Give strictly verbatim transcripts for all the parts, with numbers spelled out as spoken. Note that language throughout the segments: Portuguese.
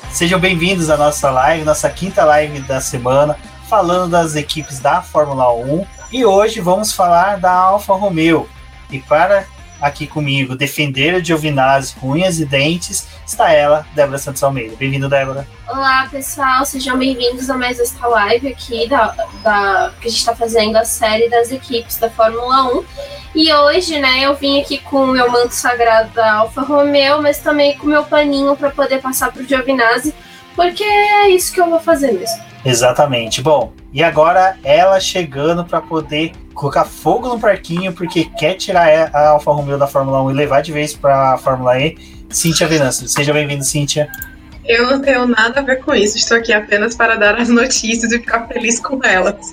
Sejam bem-vindos à nossa live, nossa quinta live da semana, falando das equipes da Fórmula um. E hoje vamos falar da Alfa Romeo. E para aqui comigo defender a Giovinazzi com unhas e dentes, está ela, Débora Santos Almeida. Bem-vindo, Débora. Olá, pessoal, sejam bem-vindos a mais esta live aqui da, da, que a gente está fazendo a série das equipes da Fórmula um. E hoje, né, eu vim aqui com o meu manto sagrado da Alfa Romeo, mas também com o meu paninho para poder passar para o Giovinazzi, porque é isso que eu vou fazer mesmo. Exatamente. Bom, e agora ela chegando para poder colocar fogo no parquinho, porque quer tirar a Alfa Romeo da Fórmula um e levar de vez para a Fórmula E, Cíntia Venâncio. Seja bem-vindo, Cíntia. Eu não tenho nada a ver com isso, estou aqui apenas para dar as notícias e ficar feliz com elas.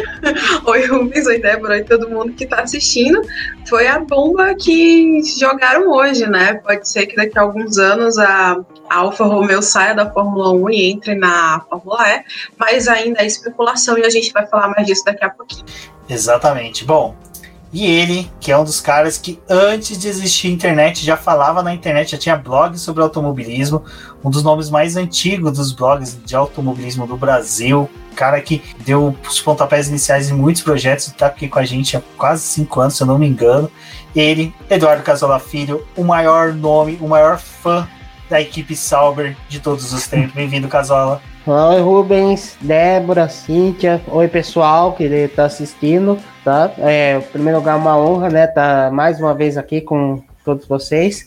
Oi, Rubens, oi, Débora, e todo mundo que está assistindo. Foi a bomba que jogaram hoje, né? Pode ser que daqui a alguns anos a Alfa Romeo saia da Fórmula um e entre na Fórmula E, mas ainda é especulação e a gente vai falar mais disso daqui a pouquinho. Exatamente. Bom, e ele, que é um dos caras que antes de existir internet, já falava na internet, já tinha blogs sobre automobilismo, um dos nomes mais antigos dos blogs de automobilismo do Brasil, cara que deu os pontapés iniciais em muitos projetos, está aqui com a gente há quase cinco anos, se eu não me engano. Ele, Eduardo Casola Filho, o maior nome, o maior fã da equipe Sauber de todos os tempos. Bem-vindo, Casola. Oi, Rubens, Débora, Cíntia, oi pessoal que está assistindo, tá? É, em primeiro lugar, uma honra, né, tá mais uma vez aqui com todos vocês.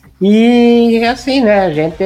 E assim, né, a gente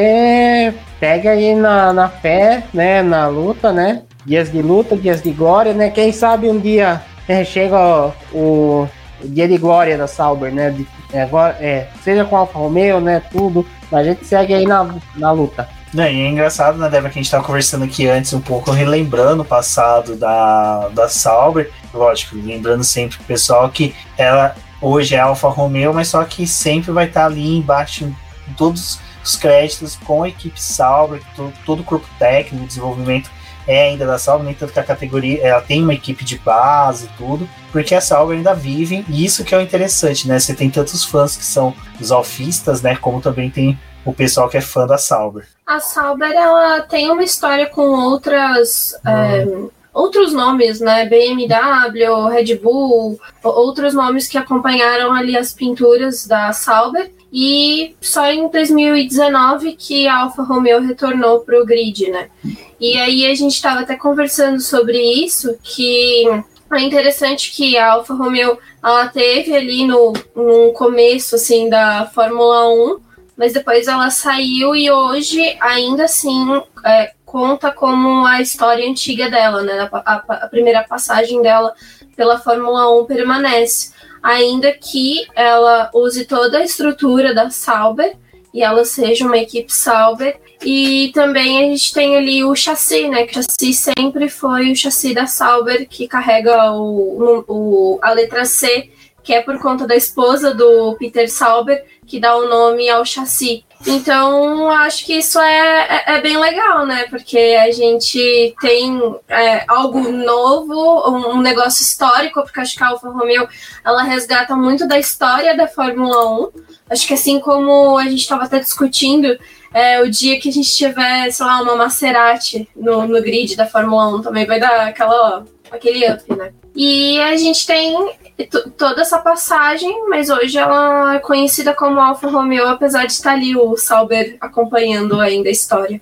pega aí na, na fé, né, na luta, né, dias de luta, dias de glória, né, quem sabe um dia é, chega ó, o, o dia de glória da Sauber, né, de, é, agora, é, seja com a Alfa Romeo, né, tudo, a gente segue aí na, na luta. E é engraçado, né, Débora, que a gente estava conversando aqui antes um pouco, relembrando o passado da, da Sauber, lógico, lembrando sempre pro pessoal que ela hoje é Alfa Romeo, mas só que sempre vai estar ali embaixo em todos os créditos com a equipe Sauber, todo, todo o corpo técnico, o desenvolvimento é ainda da Sauber, nem tanto que a categoria, ela tem uma equipe de base e tudo, porque a Sauber ainda vive, e isso que é o interessante, né, você tem tantos fãs que são os alfistas, né, como também tem o pessoal que é fã da Sauber. A Sauber, ela tem uma história com outras, hum. é, outros nomes, né? B M W, Red Bull, outros nomes que acompanharam ali as pinturas da Sauber. E só em dois mil e dezenove que a Alfa Romeo retornou para o grid, né? E aí a gente estava até conversando sobre isso, que é interessante que a Alfa Romeo, ela teve ali no, no começo, assim, da Fórmula um, mas depois ela saiu e hoje, ainda assim, é, conta como a história antiga dela, né? A, a, a primeira passagem dela pela Fórmula um permanece. Ainda que ela use toda a estrutura da Sauber e ela seja uma equipe Sauber. E também a gente tem ali o chassi, né? Que o chassi sempre foi o chassi da Sauber, que carrega o, o, a letra C, que é por conta da esposa do Peter Sauber, que dá o nome ao chassi. Então, acho que isso é, é, é bem legal, né? Porque a gente tem é, algo novo, um, um negócio histórico, porque acho que a Alfa Romeo, ela resgata muito da história da Fórmula um. Acho que assim como a gente estava até discutindo, é, o dia que a gente tiver, sei lá, uma Maserati no, no grid da Fórmula um, também vai dar aquela, aquele up, né? E a gente tem t- toda essa passagem, mas hoje ela é conhecida como Alfa Romeo, apesar de estar ali o Sauber acompanhando ainda a história.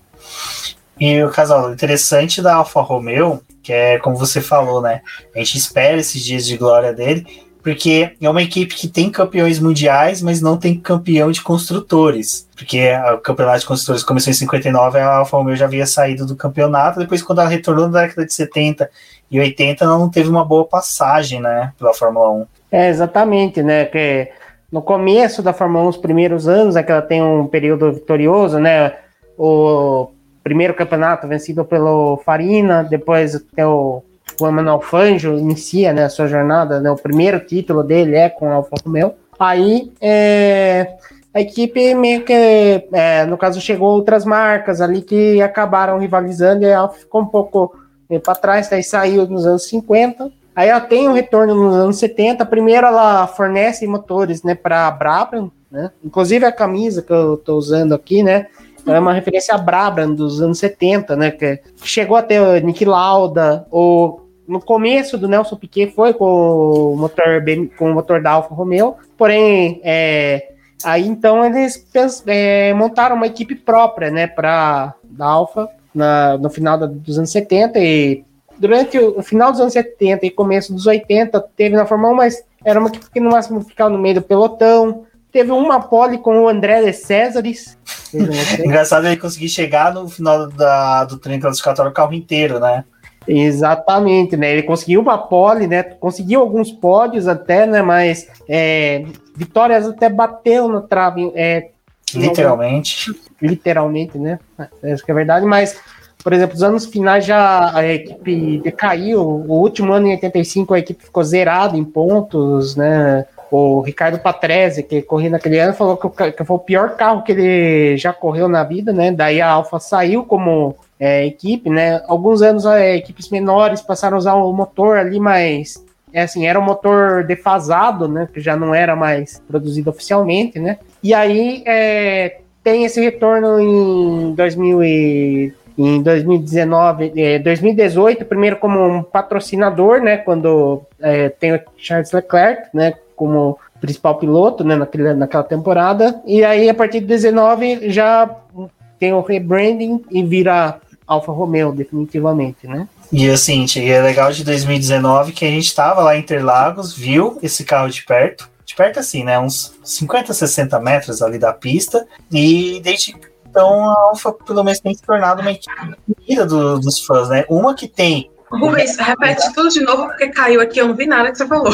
E o casal interessante da Alfa Romeo, que é como você falou, né? A gente espera esses dias de glória dele, porque é uma equipe que tem campeões mundiais, mas não tem campeão de construtores. Porque o campeonato de construtores começou em cinquenta e nove, a Alfa Romeo já havia saído do campeonato, depois quando ela retornou na década de setenta e oitenta, ela não teve uma boa passagem, né, pela Fórmula um. É, exatamente, né, que no começo da Fórmula um, os primeiros anos, é que ela tem um período vitorioso, né, o primeiro campeonato vencido pelo Farina, depois tem o o Emmanuel Fangio inicia, né, a sua jornada, né, o primeiro título dele é com a Alfa Romeo. Aí é, a equipe meio que, é, no caso, chegou outras marcas ali que acabaram rivalizando e a Alfa ficou um pouco para trás, daí saiu nos anos cinquenta. Aí ela tem um retorno nos anos setenta. Primeiro ela fornece motores, né, para a Brabham, né, inclusive a camisa que eu estou usando aqui, né, é uma referência a Brabham dos anos setenta, né? Que chegou até o Niki Lauda, ou no começo do Nelson Piquet foi com o motor, com o motor da Alfa Romeo, porém, é, aí então eles é, montaram uma equipe própria, né, para da Alfa na, no final da, dos anos setenta, e durante o, o final dos anos setenta e começo dos oitenta teve na Fórmula um, mas era uma equipe que no máximo ficava no meio do pelotão. Teve uma pole com o André de Césares. Engraçado ele conseguir chegar no final da, do treino classificatório o carro inteiro, né? Exatamente, né? Ele conseguiu uma pole, né? Conseguiu alguns pódios até, né? Mas é, vitórias até bateu no trave. É, literalmente. Não, literalmente, né? Acho que é verdade, mas, por exemplo, nos anos finais já a equipe decaiu. O último ano, em oitenta e cinco, a equipe ficou zerada em pontos, né? O Ricardo Patrese, que correu naquele ano, falou que, o, que foi o pior carro que ele já correu na vida, né? Daí a Alfa saiu como é, equipe, né? Alguns anos é, equipes menores passaram a usar o motor ali, mas é, assim, era um motor defasado, né? Que já não era mais produzido oficialmente, né? E aí é, tem esse retorno em dois mil e em dois mil e dezenove, eh, dois mil e dezoito, primeiro como um patrocinador, né? Quando eh, tem o Charles Leclerc, né? Como principal piloto, né? Naquele, naquela temporada. E aí, a partir de dezenove, já tem o rebranding e vira Alfa Romeo, definitivamente, né? E assim, é legal de dois mil e dezenove que a gente tava lá em Interlagos, viu esse carro de perto. De perto assim, né? Uns cinquenta, sessenta metros ali da pista. E desde então a Alfa pelo menos tem se tornado uma equipe querida do, dos fãs, né? Uma que tem... Rubens, repete tudo de novo porque caiu aqui, eu não vi nada que você falou.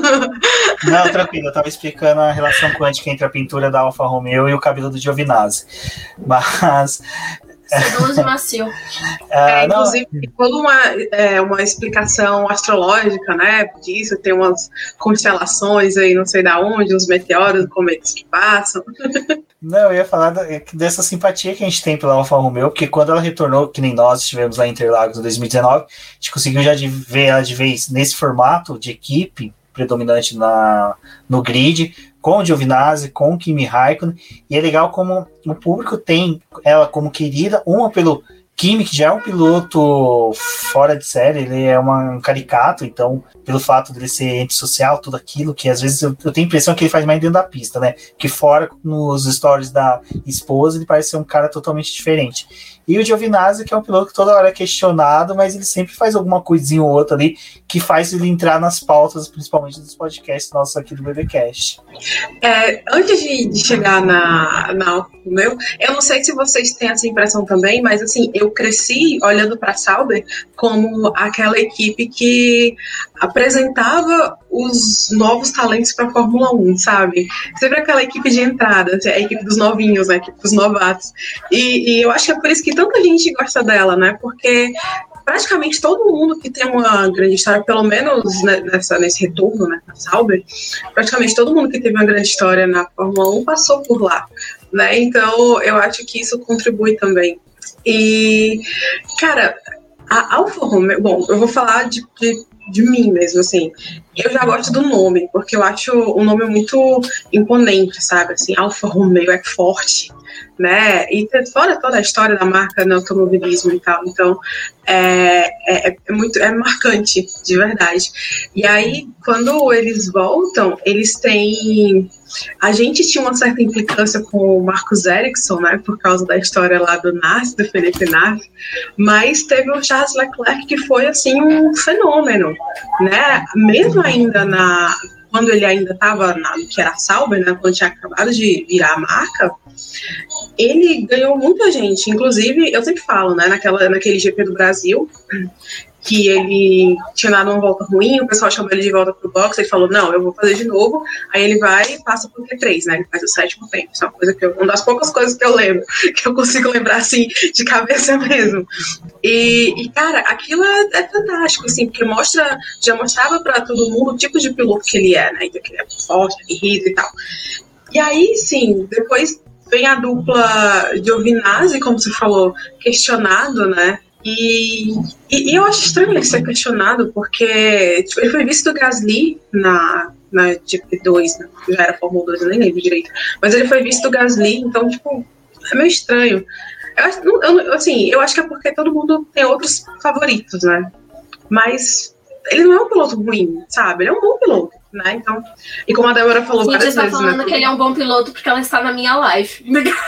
Não, tranquilo, eu tava explicando a relação quântica entre a pintura da Alfa Romeo e o cabelo do Giovinazzi. Mas... Sedoso e macio. É, inclusive, tem toda uma, é, uma explicação astrológica, né, disso, tem umas constelações aí, não sei da onde, uns meteoros, cometas que passam. Não, eu ia falar da, dessa simpatia que a gente tem pela Alfa Romeo, porque quando ela retornou, que nem nós estivemos lá em Interlagos em dois mil e dezenove, a gente conseguiu já de ver ela de vez nesse formato de equipe predominante na, no grid, com o Giovinazzi, com o Kimi Raikkonen, e é legal como o público tem ela como querida, uma pelo Kimi, que já é um piloto fora de série, ele é uma, um caricato, então, pelo fato dele ser antissocial, tudo aquilo, que às vezes eu, eu tenho a impressão que ele faz mais dentro da pista, né? Que fora, nos stories da esposa, ele parece ser um cara totalmente diferente. E o Giovinazzi, que é um piloto que toda hora é questionado, mas ele sempre faz alguma coisinha ou outra ali que faz ele entrar nas pautas, principalmente dos podcasts nossos aqui do BBcast. É, antes de, de chegar na, na Alfa Romeo, eu não sei se vocês têm essa impressão também, mas assim, eu cresci olhando para a Sauber como aquela equipe que apresentava os novos talentos para a Fórmula um, sabe? Sempre aquela equipe de entrada, a equipe dos novinhos, a equipe dos novatos. E, e eu acho que é por isso que tanta gente gosta dela, né? Porque praticamente todo mundo que tem uma grande história, pelo menos nessa, nesse retorno, né, na Sauber, praticamente todo mundo que teve uma grande história na Fórmula um passou por lá, né? Então eu acho que isso contribui também. E, cara, a Alfa Romeo, bom, eu vou falar de, de, de mim mesmo, assim, eu já gosto do nome, porque eu acho um nome muito imponente, sabe, assim, Alfa Romeo é forte, né, e fora toda a história da marca no automobilismo e tal, então é, é, é muito, é marcante, de verdade. E aí, quando eles voltam, eles têm... A gente tinha uma certa implicância com o Marcus Ericsson, né, por causa da história lá do Nasr, do Felipe Nasr, mas teve o Charles Leclerc que foi, assim, um fenômeno, né, mesmo ainda na... quando ele ainda estava na que era a Sauber, né, quando tinha acabado de virar a marca, ele ganhou muita gente, inclusive, eu sempre falo, né, naquela, naquele G P do Brasil, que ele tinha dado uma volta ruim, o pessoal chamou ele de volta pro box, ele falou, não, eu vou fazer de novo, aí ele vai e passa pro Q três, né, ele faz o sétimo tempo, isso é uma coisa que eu, uma das poucas coisas que eu lembro, que eu consigo lembrar, assim, de cabeça mesmo, e, e cara, aquilo é, é fantástico, assim, porque mostra, já mostrava pra todo mundo o tipo de piloto que ele é, né, então que ele é forte, aguerrido e tal, e aí, sim, depois vem a dupla Giovinazzi, como você falou, questionado, né, E, e, e eu acho estranho ele ser questionado, porque tipo, ele foi visto do Gasly na, na G P dois, né? Já era Fórmula dois, eu nem lembro direito, mas ele foi visto do Gasly, então, tipo, é meio estranho. Eu, acho- não- eu, assim, eu acho que é porque todo mundo tem outros favoritos, né? Mas ele não é um piloto ruim, sabe? Ele é um bom piloto, né? Então, e como a Débora falou Gente, várias está vezes, falando né? que ele é um bom piloto porque ela está na minha live.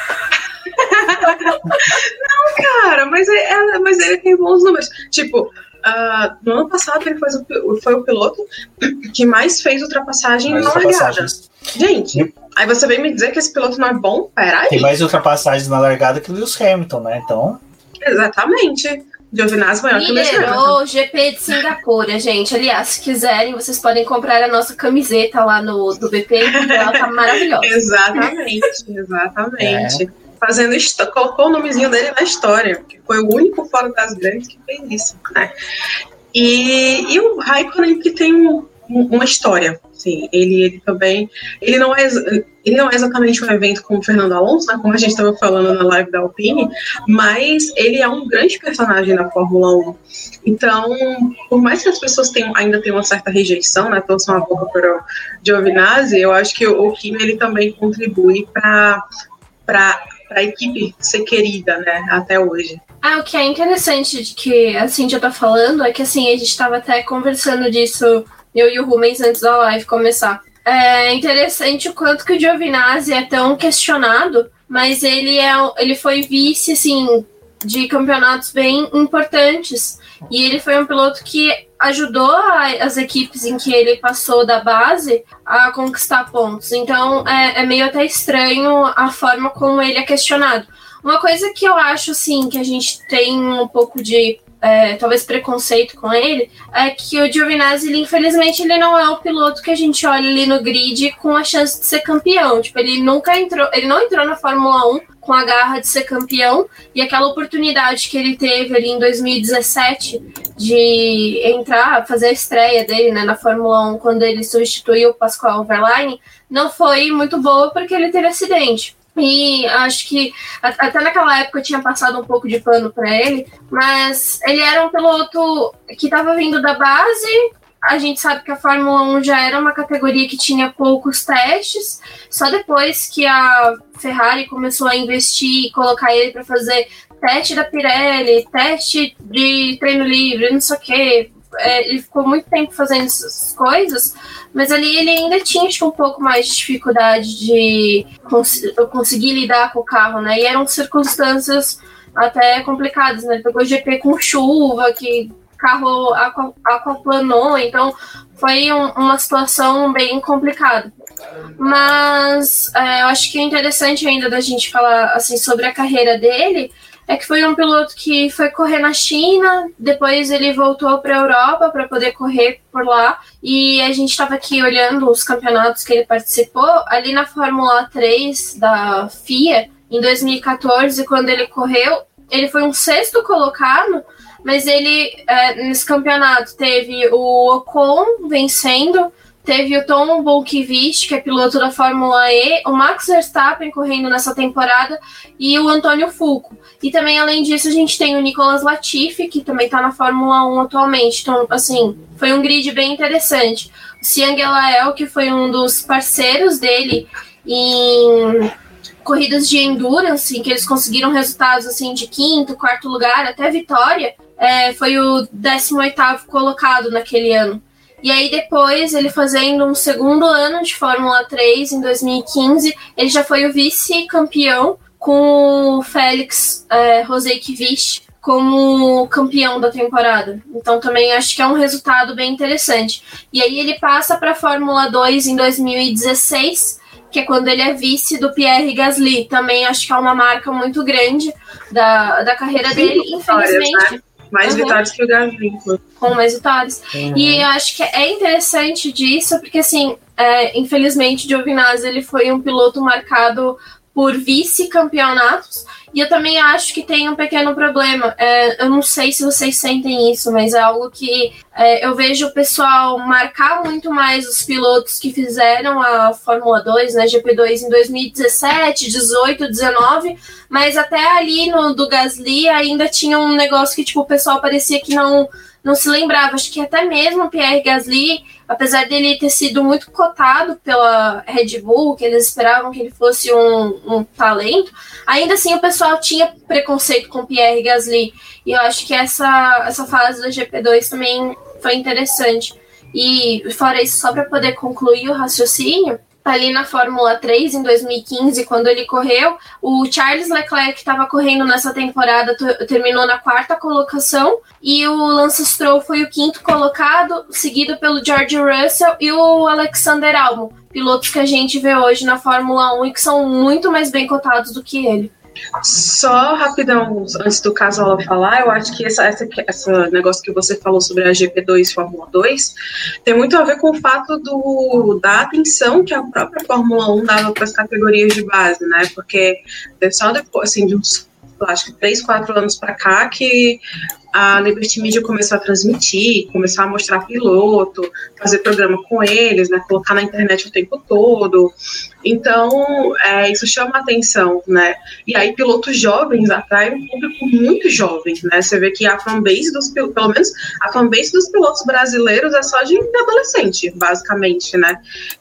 Cara, mas, é, é- mas ele tem bons números. Tipo, ah, no ano passado ele foi o, foi o piloto que mais fez ultrapassagem Mais na largada. ultrapassagens. Gente, aí você vem me dizer que esse piloto não é bom? Peraí. Tem mais ultrapassagens na largada que o Lewis Hamilton, né? Então, Exatamente. Giovinazzi maior que o Lewis Hamilton. Liderou o G P de Singapura, gente. Aliás, se quiserem, vocês podem comprar a nossa camiseta lá no do B P, porque ela tá maravilhosa. Exatamente, exatamente. Fazendo histó- colocou o nomezinho dele na história, porque foi o único fora das grandes que fez isso, né? E, e o Raikkonen que tem um- um- uma história, assim, ele, ele também, ele não, é, ex- ele não é exatamente um evento como o Fernando Alonso, né, como a gente estava falando na live da Alpine, mas ele é um grande personagem na Fórmula um. Então, por mais que as pessoas tenham, ainda tenham uma certa rejeição, né, torçam a boca para o Giovinazzi, eu acho que o, o Kimi ele também contribui para para a equipe ser querida, né, até hoje. Ah, o que é interessante de que a Cintia tá falando é que assim, a gente tava até conversando disso, eu e o Rubens, antes da live começar. É interessante o quanto que o Giovinazzi é tão questionado, mas ele, é, ele foi vice, assim, de campeonatos bem importantes. E ele foi um piloto que ajudou a, as equipes em que ele passou da base a conquistar pontos. Então é, é meio até estranho a forma como ele é questionado. Uma coisa que eu acho, assim, que a gente tem um pouco de, é, talvez, preconceito com ele, é que o Giovinazzi, ele, infelizmente, ele não é o piloto que a gente olha ali no grid com a chance de ser campeão. Tipo, ele nunca entrou, ele não entrou na Fórmula um com a garra de ser campeão, e aquela oportunidade que ele teve ali em dois mil e dezessete de entrar, fazer a estreia dele, né, na Fórmula um, quando ele substituiu o Pascal Wehrlein, não foi muito boa porque ele teve acidente. E acho que até naquela época eu tinha passado um pouco de pano para ele, mas ele era um piloto que estava vindo da base. A gente sabe que a Fórmula um já era uma categoria que tinha poucos testes, só depois que a Ferrari começou a investir e colocar ele para fazer teste da Pirelli, teste de treino livre, não sei o quê. É, ele ficou muito tempo fazendo essas coisas, mas ali ele ainda tinha acho, um pouco mais de dificuldade de cons- conseguir lidar com o carro, né? E eram circunstâncias até complicadas, né? Ele pegou G P com chuva, que o carro aqua- aquaplanou, então foi um- uma situação bem complicada. Mas é, eu acho que o interessante ainda da gente falar assim, sobre a carreira dele é que foi um piloto que foi correr na China, depois ele voltou para a Europa para poder correr por lá, e a gente estava aqui olhando os campeonatos que ele participou, ali na Fórmula três da F I A, em dois mil e catorze, quando ele correu, ele foi um sexto colocado, mas ele, é, nesse campeonato, teve o Ocon vencendo, teve o Tom Bolkevich, que é piloto da Fórmula E, o Max Verstappen correndo nessa temporada e o Antônio Fulco. E também, além disso, a gente tem o Nicolas Latifi, que também está na Fórmula um atualmente. Então, assim, foi um grid bem interessante. O Siang Elael, que foi um dos parceiros dele em corridas de endurance, em que eles conseguiram resultados assim, de quinto, quarto lugar, até vitória, é, foi o décimo oitavo colocado naquele ano. E aí depois, ele fazendo um segundo ano de Fórmula três, em dois mil e quinze, ele já foi o vice-campeão com o Félix é, Roseikvich como campeão da temporada. Então também acho que é um resultado bem interessante. E aí ele passa para a Fórmula dois em dois mil e dezesseis, que é quando ele é vice do Pierre Gasly. Também acho que é uma marca muito grande da, da carreira Sim, dele, vitórias, infelizmente. né? Mais Uhum. vitórias que o Gasly. Com mais vitórias. Uhum. E eu acho que é interessante disso, porque assim, é, infelizmente, Giovinazzi ele foi um piloto marcado por vice-campeonatos, e eu também acho que tem um pequeno problema. É, eu não sei se vocês sentem isso, mas é algo que é, eu vejo o pessoal marcar muito mais os pilotos que fizeram a Fórmula dois, né, G P dois em dois mil e dezessete, dezoito, dezenove, mas até ali no do Gasly ainda tinha um negócio que tipo, o pessoal parecia que não, não se lembrava. Acho que até mesmo o Pierre Gasly, apesar dele ter sido muito cotado pela Red Bull, que eles esperavam que ele fosse um, um talento, ainda assim o pessoal tinha preconceito com Pierre Gasly. E eu acho que essa, essa fase do G P dois também foi interessante. E fora isso, só para poder concluir o raciocínio, ali na Fórmula três, em dois mil e quinze, quando ele correu, o Charles Leclerc, que estava correndo nessa temporada, t- terminou na quarta colocação, e o Lance Stroll foi o quinto colocado, seguido pelo George Russell e o Alexander Albon, pilotos que a gente vê hoje na Fórmula um e que são muito mais bem cotados do que ele. Só rapidão, antes do Casola falar, eu acho que essa, essa, essa negócio que você falou sobre a G P dois e Fórmula dois tem muito a ver com o fato do, da atenção que a própria Fórmula um dava para as categorias de base, né? Porque só depois, assim, de uns, acho que três, quatro anos para cá que a Liberty Media começou a transmitir, começou a mostrar piloto, fazer programa com eles, né, colocar na internet o tempo todo. Então, é, isso chama atenção, né? E aí, pilotos jovens atraem um público muito jovem, né? Você vê que a fanbase dos pelo menos a fanbase dos pilotos brasileiros é só de adolescente, basicamente, né?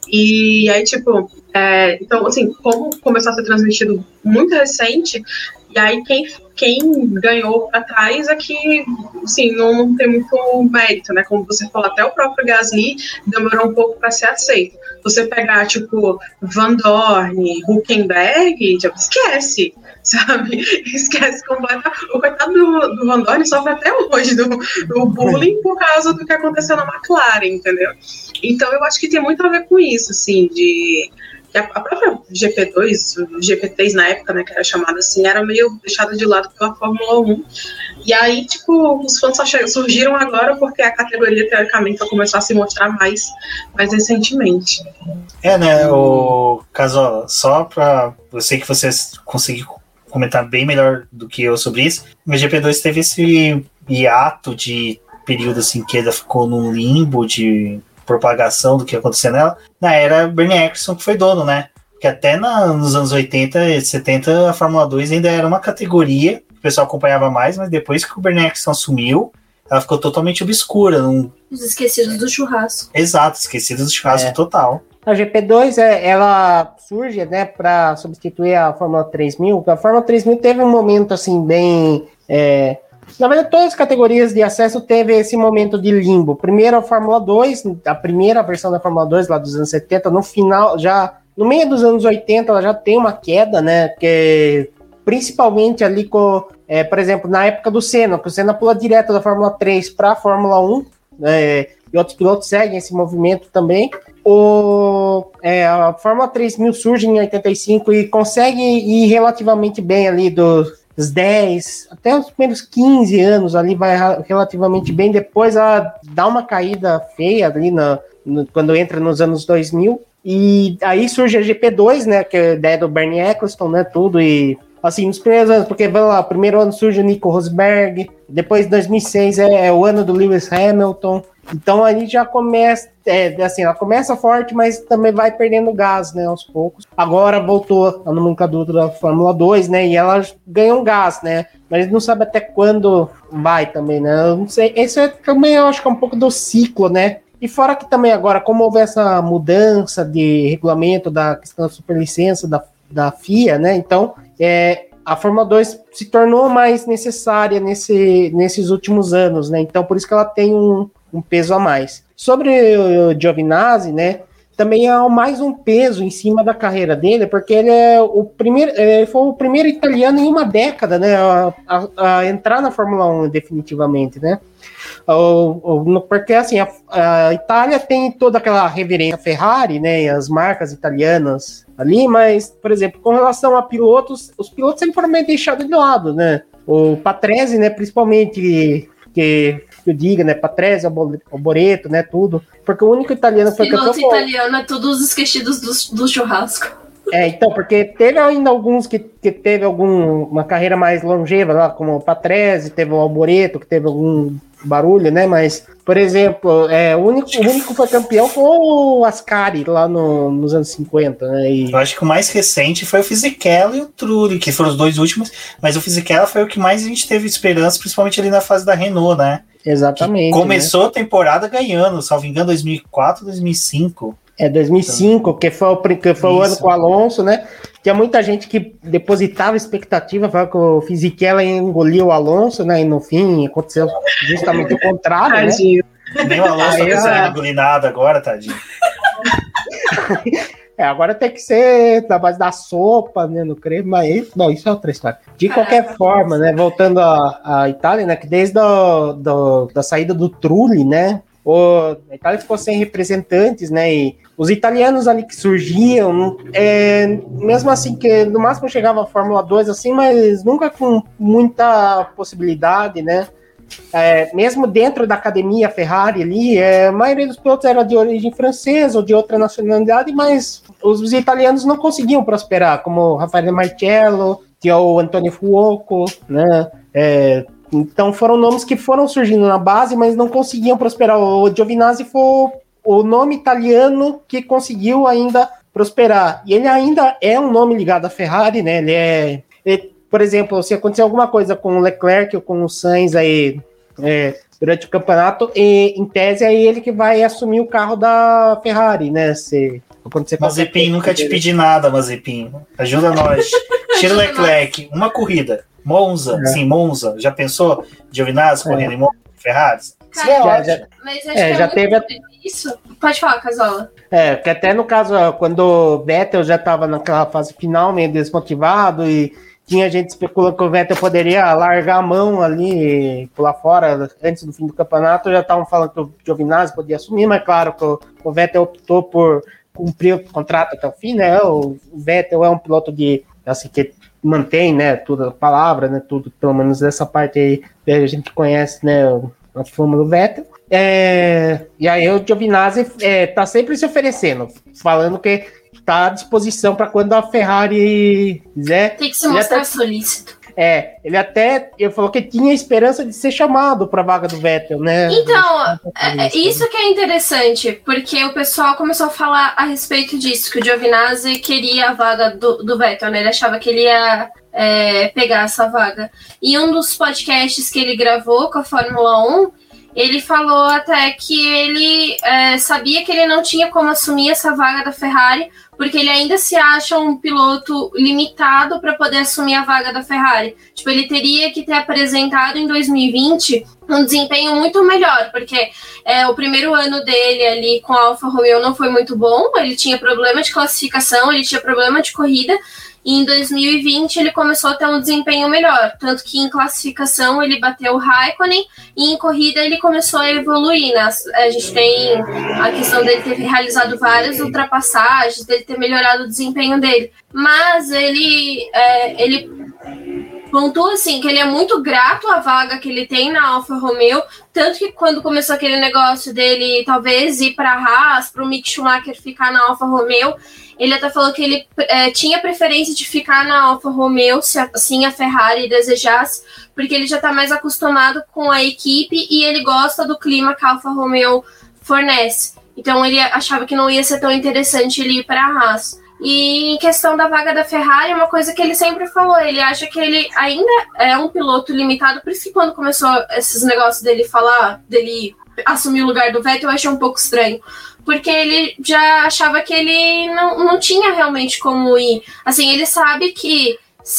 E aí, tipo, é, então, assim, como começou a ser transmitido muito recente, e aí quem, quem ganhou para trás é que, assim, não, não tem muito mérito, né? Como você falou, até o próprio Gasly demorou um pouco para ser aceito. Você pegar, tipo, Van Dorn, Hülkenberg, tipo, esquece, sabe? Esquece completamente. O coitado do, do Van Dorn sofre até hoje do, do bullying por causa do que aconteceu na McLaren, entendeu? Então, eu acho que tem muito a ver com isso, assim, de... A própria G P dois, o G P três na época, né, que era chamada assim, era meio deixada de lado pela Fórmula um. E aí, tipo, os fãs só surgiram agora porque a categoria, teoricamente, começou a se mostrar mais, mais recentemente. É, né, o Casola, só pra... Eu sei que você conseguiu comentar bem melhor do que eu sobre isso, mas o G P dois teve esse hiato de período, assim, que ela ficou num limbo de... propagação do que acontecia nela, na era Bernie Eccleston, que foi dono, né? Que até na, nos anos oitenta e setenta a Fórmula dois ainda era uma categoria que o pessoal acompanhava mais, mas depois que o Bernie Eccleston assumiu, ela ficou totalmente obscura. Num... Os esquecidos do churrasco. Exato, esquecidos do churrasco é. total. A G P dois, ela surge, né, para substituir a Fórmula três mil. A Fórmula três mil teve um momento, assim, bem... É... Na verdade, todas as categorias de acesso teve esse momento de limbo. Primeiro a Fórmula dois, a primeira versão da Fórmula dois, lá dos anos setenta, no final, já no meio dos anos oitenta, ela já tem uma queda, né? Que principalmente ali com, é, por exemplo, na época do Senna, que o Senna pula direto da Fórmula três para a Fórmula um, é, e outros pilotos seguem esse movimento também. O, é, a Fórmula três mil surge em oitenta e cinco e consegue ir relativamente bem ali dos os dez, até os primeiros quinze anos ali vai relativamente bem, depois ela dá uma caída feia ali na, no, quando entra nos anos dois mil, e aí surge a G P dois, né, que é a ideia do Bernie Eccleston, né, tudo, e assim, nos primeiros anos, porque vamos lá, primeiro ano surge o Nico Rosberg, depois dois mil e seis é, é o ano do Lewis Hamilton, então aí já começa, é, assim, ela começa forte, mas também vai perdendo gás, né, aos poucos. Agora voltou a nomenclatura da Fórmula dois, né, e ela ganhou um gás, né, mas a gente não sabe até quando vai também, né, eu não sei, esse é também, eu acho que é um pouco do ciclo, né, e fora que também agora, como houve essa mudança de regulamento da questão da superlicença da, da F I A, né, então, é... a Fórmula dois se tornou mais necessária nesse, nesses últimos anos, né? Então, por isso que ela tem um, um peso a mais. Sobre o Giovinazzi, né? Também é mais um peso em cima da carreira dele, porque ele é o primeiro, ele foi o primeiro italiano em uma década, né? A, a, a entrar na Fórmula um definitivamente, né? O, o, porque assim, a, a Itália tem toda aquela reverência à Ferrari, né? E as marcas italianas ali, mas, por exemplo, com relação a pilotos, os pilotos sempre foram meio deixados de lado, né? O Patrese, né, principalmente, que, que eu diga, né, Patrese, o Boreto, né, tudo, porque o único italiano os foi campeão... Piloto italiano é todos os esquecidos do, do churrasco. É, então, porque teve ainda alguns que, que teve alguma carreira mais longeva, lá, como o Patrese, teve o Alboreto, que teve algum barulho, né? Mas, por exemplo, é, o, único, o único que foi campeão foi o Ascari, lá no, nos anos cinquenta, né? E... Eu acho que o mais recente foi o Fisichella e o Trulli, que foram os dois últimos, mas o Fisichella foi o que mais a gente teve esperança, principalmente ali na fase da Renault, né? Exatamente. Começou né? a temporada ganhando, salvo engano, dois mil e quatro, dois mil e cinco. É dois mil e cinco, que foi o, que foi o ano com o Alonso, né? Tinha muita gente que depositava expectativa, falava que o Fisichella engoliu o Alonso, né? E no fim aconteceu justamente o contrário, Tadinho. né? Nem o Alonso tá pensando em engolir nada agora, tadinho. É, agora tem que ser na base da sopa, né, no creme, mas bom, isso é outra história. De qualquer forma, né, voltando à, à Itália, né, que desde a do, da saída do Trulli, né, o, a Itália ficou sem representantes, né, e os italianos ali que surgiam, é, mesmo assim que no máximo chegava a Fórmula dois, assim, mas nunca com muita possibilidade, né. É, mesmo dentro da academia Ferrari ali, é, a maioria dos pilotos era de origem francesa ou de outra nacionalidade, mas os, os italianos não conseguiam prosperar, como Raffaele Marcello, tinha o Antonio Fuoco, né? É, então foram nomes que foram surgindo na base, mas não conseguiam prosperar. O Giovinazzi foi o nome italiano que conseguiu ainda prosperar, e ele ainda é um nome ligado à Ferrari, né? Ele é... Ele, por exemplo, se acontecer alguma coisa com o Leclerc ou com o Sainz aí, é, durante o campeonato, e, em tese é ele que vai assumir o carro da Ferrari, né? Se acontecer Mazepin, nunca te pedi nada, Mazepin. Ajuda nós. Tira o Leclerc, uma corrida. Monza, é. sim, Monza. Já pensou? Giovinazzi correndo é. em Monza, Ferrari? Cara, é já, já, mas acho é, que já é teve isso. Pode falar, Casola. É, que até no caso, quando o Vettel já estava naquela fase final, meio desmotivado, e tinha gente especulando que o Vettel poderia largar a mão ali e pular fora antes do fim do campeonato. Já estavam falando que o Giovinazzi podia assumir, mas claro que o, o Vettel optou por cumprir o contrato até o fim, né? O, o Vettel é um piloto de, assim, que mantém, né, toda a palavra, né, tudo, pelo menos dessa parte aí a gente conhece, né, a fama do Vettel. É, e aí o Giovinazzi é, tá sempre se oferecendo, falando que está à disposição para quando a Ferrari quiser. Tem que se mostrar até, solícito. É, ele até ele falou que tinha esperança de ser chamado para a vaga do Vettel, né? Então, é, isso que é interessante, porque o pessoal começou a falar a respeito disso, que o Giovinazzi queria a vaga do, do Vettel, né? Ele achava que ele ia é, pegar essa vaga. E um dos podcasts que ele gravou com a Fórmula um, ele falou até que ele é, sabia que ele não tinha como assumir essa vaga da Ferrari, porque ele ainda se acha um piloto limitado para poder assumir a vaga da Ferrari. Tipo, ele teria que ter apresentado em dois mil e vinte um desempenho muito melhor, porque é, o primeiro ano dele ali com a Alfa Romeo não foi muito bom, ele tinha problema de classificação, ele tinha problema de corrida, e em dois mil e vinte ele começou a ter um desempenho melhor, tanto que em classificação ele bateu o Raikkonen e em corrida ele começou a evoluir, né? A gente tem a questão dele ter realizado várias ultrapassagens, dele ter melhorado o desempenho dele, mas ele, é, ele pontua assim, que ele é muito grato à vaga que ele tem na Alfa Romeo, tanto que quando começou aquele negócio dele talvez ir para a Haas, para o Mick Schumacher ficar na Alfa Romeo, ele até falou que ele é, tinha preferência de ficar na Alfa Romeo, se assim a Ferrari desejasse, porque ele já está mais acostumado com a equipe e ele gosta do clima que a Alfa Romeo fornece. Então ele achava que não ia ser tão interessante ele ir para a Haas. E em questão da vaga da Ferrari, uma coisa que ele sempre falou, ele acha que ele ainda é um piloto limitado, por isso que quando começou esses negócios dele falar, dele assumir o lugar do Vettel, eu achei um pouco estranho. Porque ele já achava que ele não, não tinha realmente como ir. Assim, ele sabe que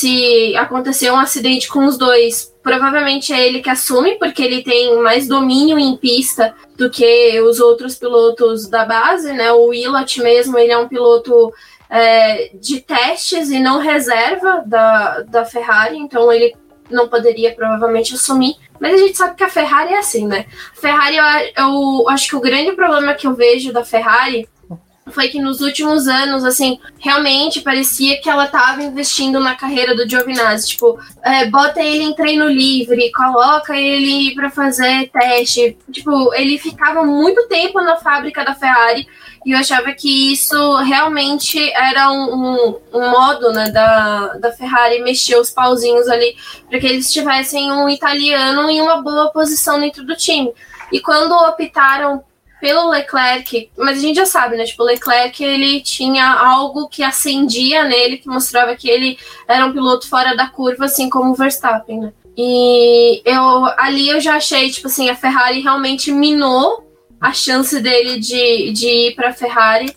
se acontecer um acidente com os dois, provavelmente é ele que assume, porque ele tem mais domínio em pista do que os outros pilotos da base, né? O Willott mesmo, ele é um piloto é, de testes e não reserva da, da Ferrari, então ele não poderia provavelmente assumir, mas a gente sabe que a Ferrari é assim, né? A Ferrari, eu, eu acho que o grande problema que eu vejo da Ferrari foi que nos últimos anos, assim, realmente parecia que ela estava investindo na carreira do Giovinazzi, tipo, é, bota ele em treino livre, coloca ele para fazer teste, tipo, ele ficava muito tempo na fábrica da Ferrari, e eu achava que isso realmente era um, um, um modo, né, da, da Ferrari mexer os pauzinhos ali para que eles tivessem um italiano em uma boa posição dentro do time. E quando optaram pelo Leclerc, mas a gente já sabe, né, tipo, o Leclerc, ele tinha algo que acendia nele, que mostrava que ele era um piloto fora da curva, assim como o Verstappen, né? E eu, ali eu já achei, tipo assim, a Ferrari realmente minou a chance dele de, de ir para a Ferrari.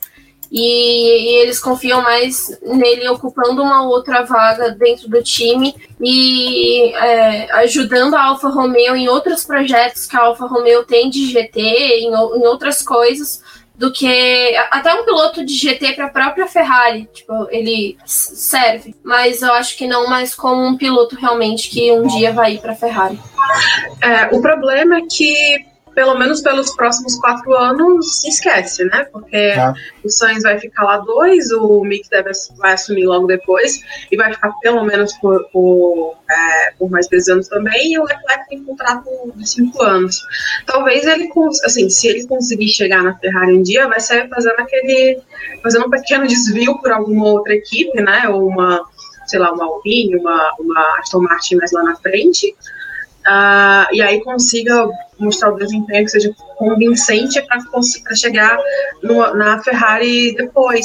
E, e eles confiam mais nele ocupando uma outra vaga dentro do time e é, ajudando a Alfa Romeo em outros projetos que a Alfa Romeo tem de G T, em, em outras coisas, do que até um piloto de G T para a própria Ferrari. Tipo, ele serve, mas eu acho que não mais como um piloto realmente que um dia vai ir para a Ferrari. É, o problema é que pelo menos pelos próximos quatro anos, esquece, né? Porque é. o Sainz vai ficar lá dois, o Mick deve, vai assumir logo depois, e vai ficar pelo menos por, por, é, por mais três anos também, e o Leclerc tem contrato de cinco anos. Talvez ele, assim, se ele conseguir chegar na Ferrari um dia, vai ser fazendo aquele, fazendo um pequeno desvio por alguma outra equipe, né? Ou uma, sei lá, uma Alpine, uma, uma Aston Martin mais lá na frente, Uh, e aí consiga mostrar o desempenho que seja convincente para chegar no, na Ferrari depois,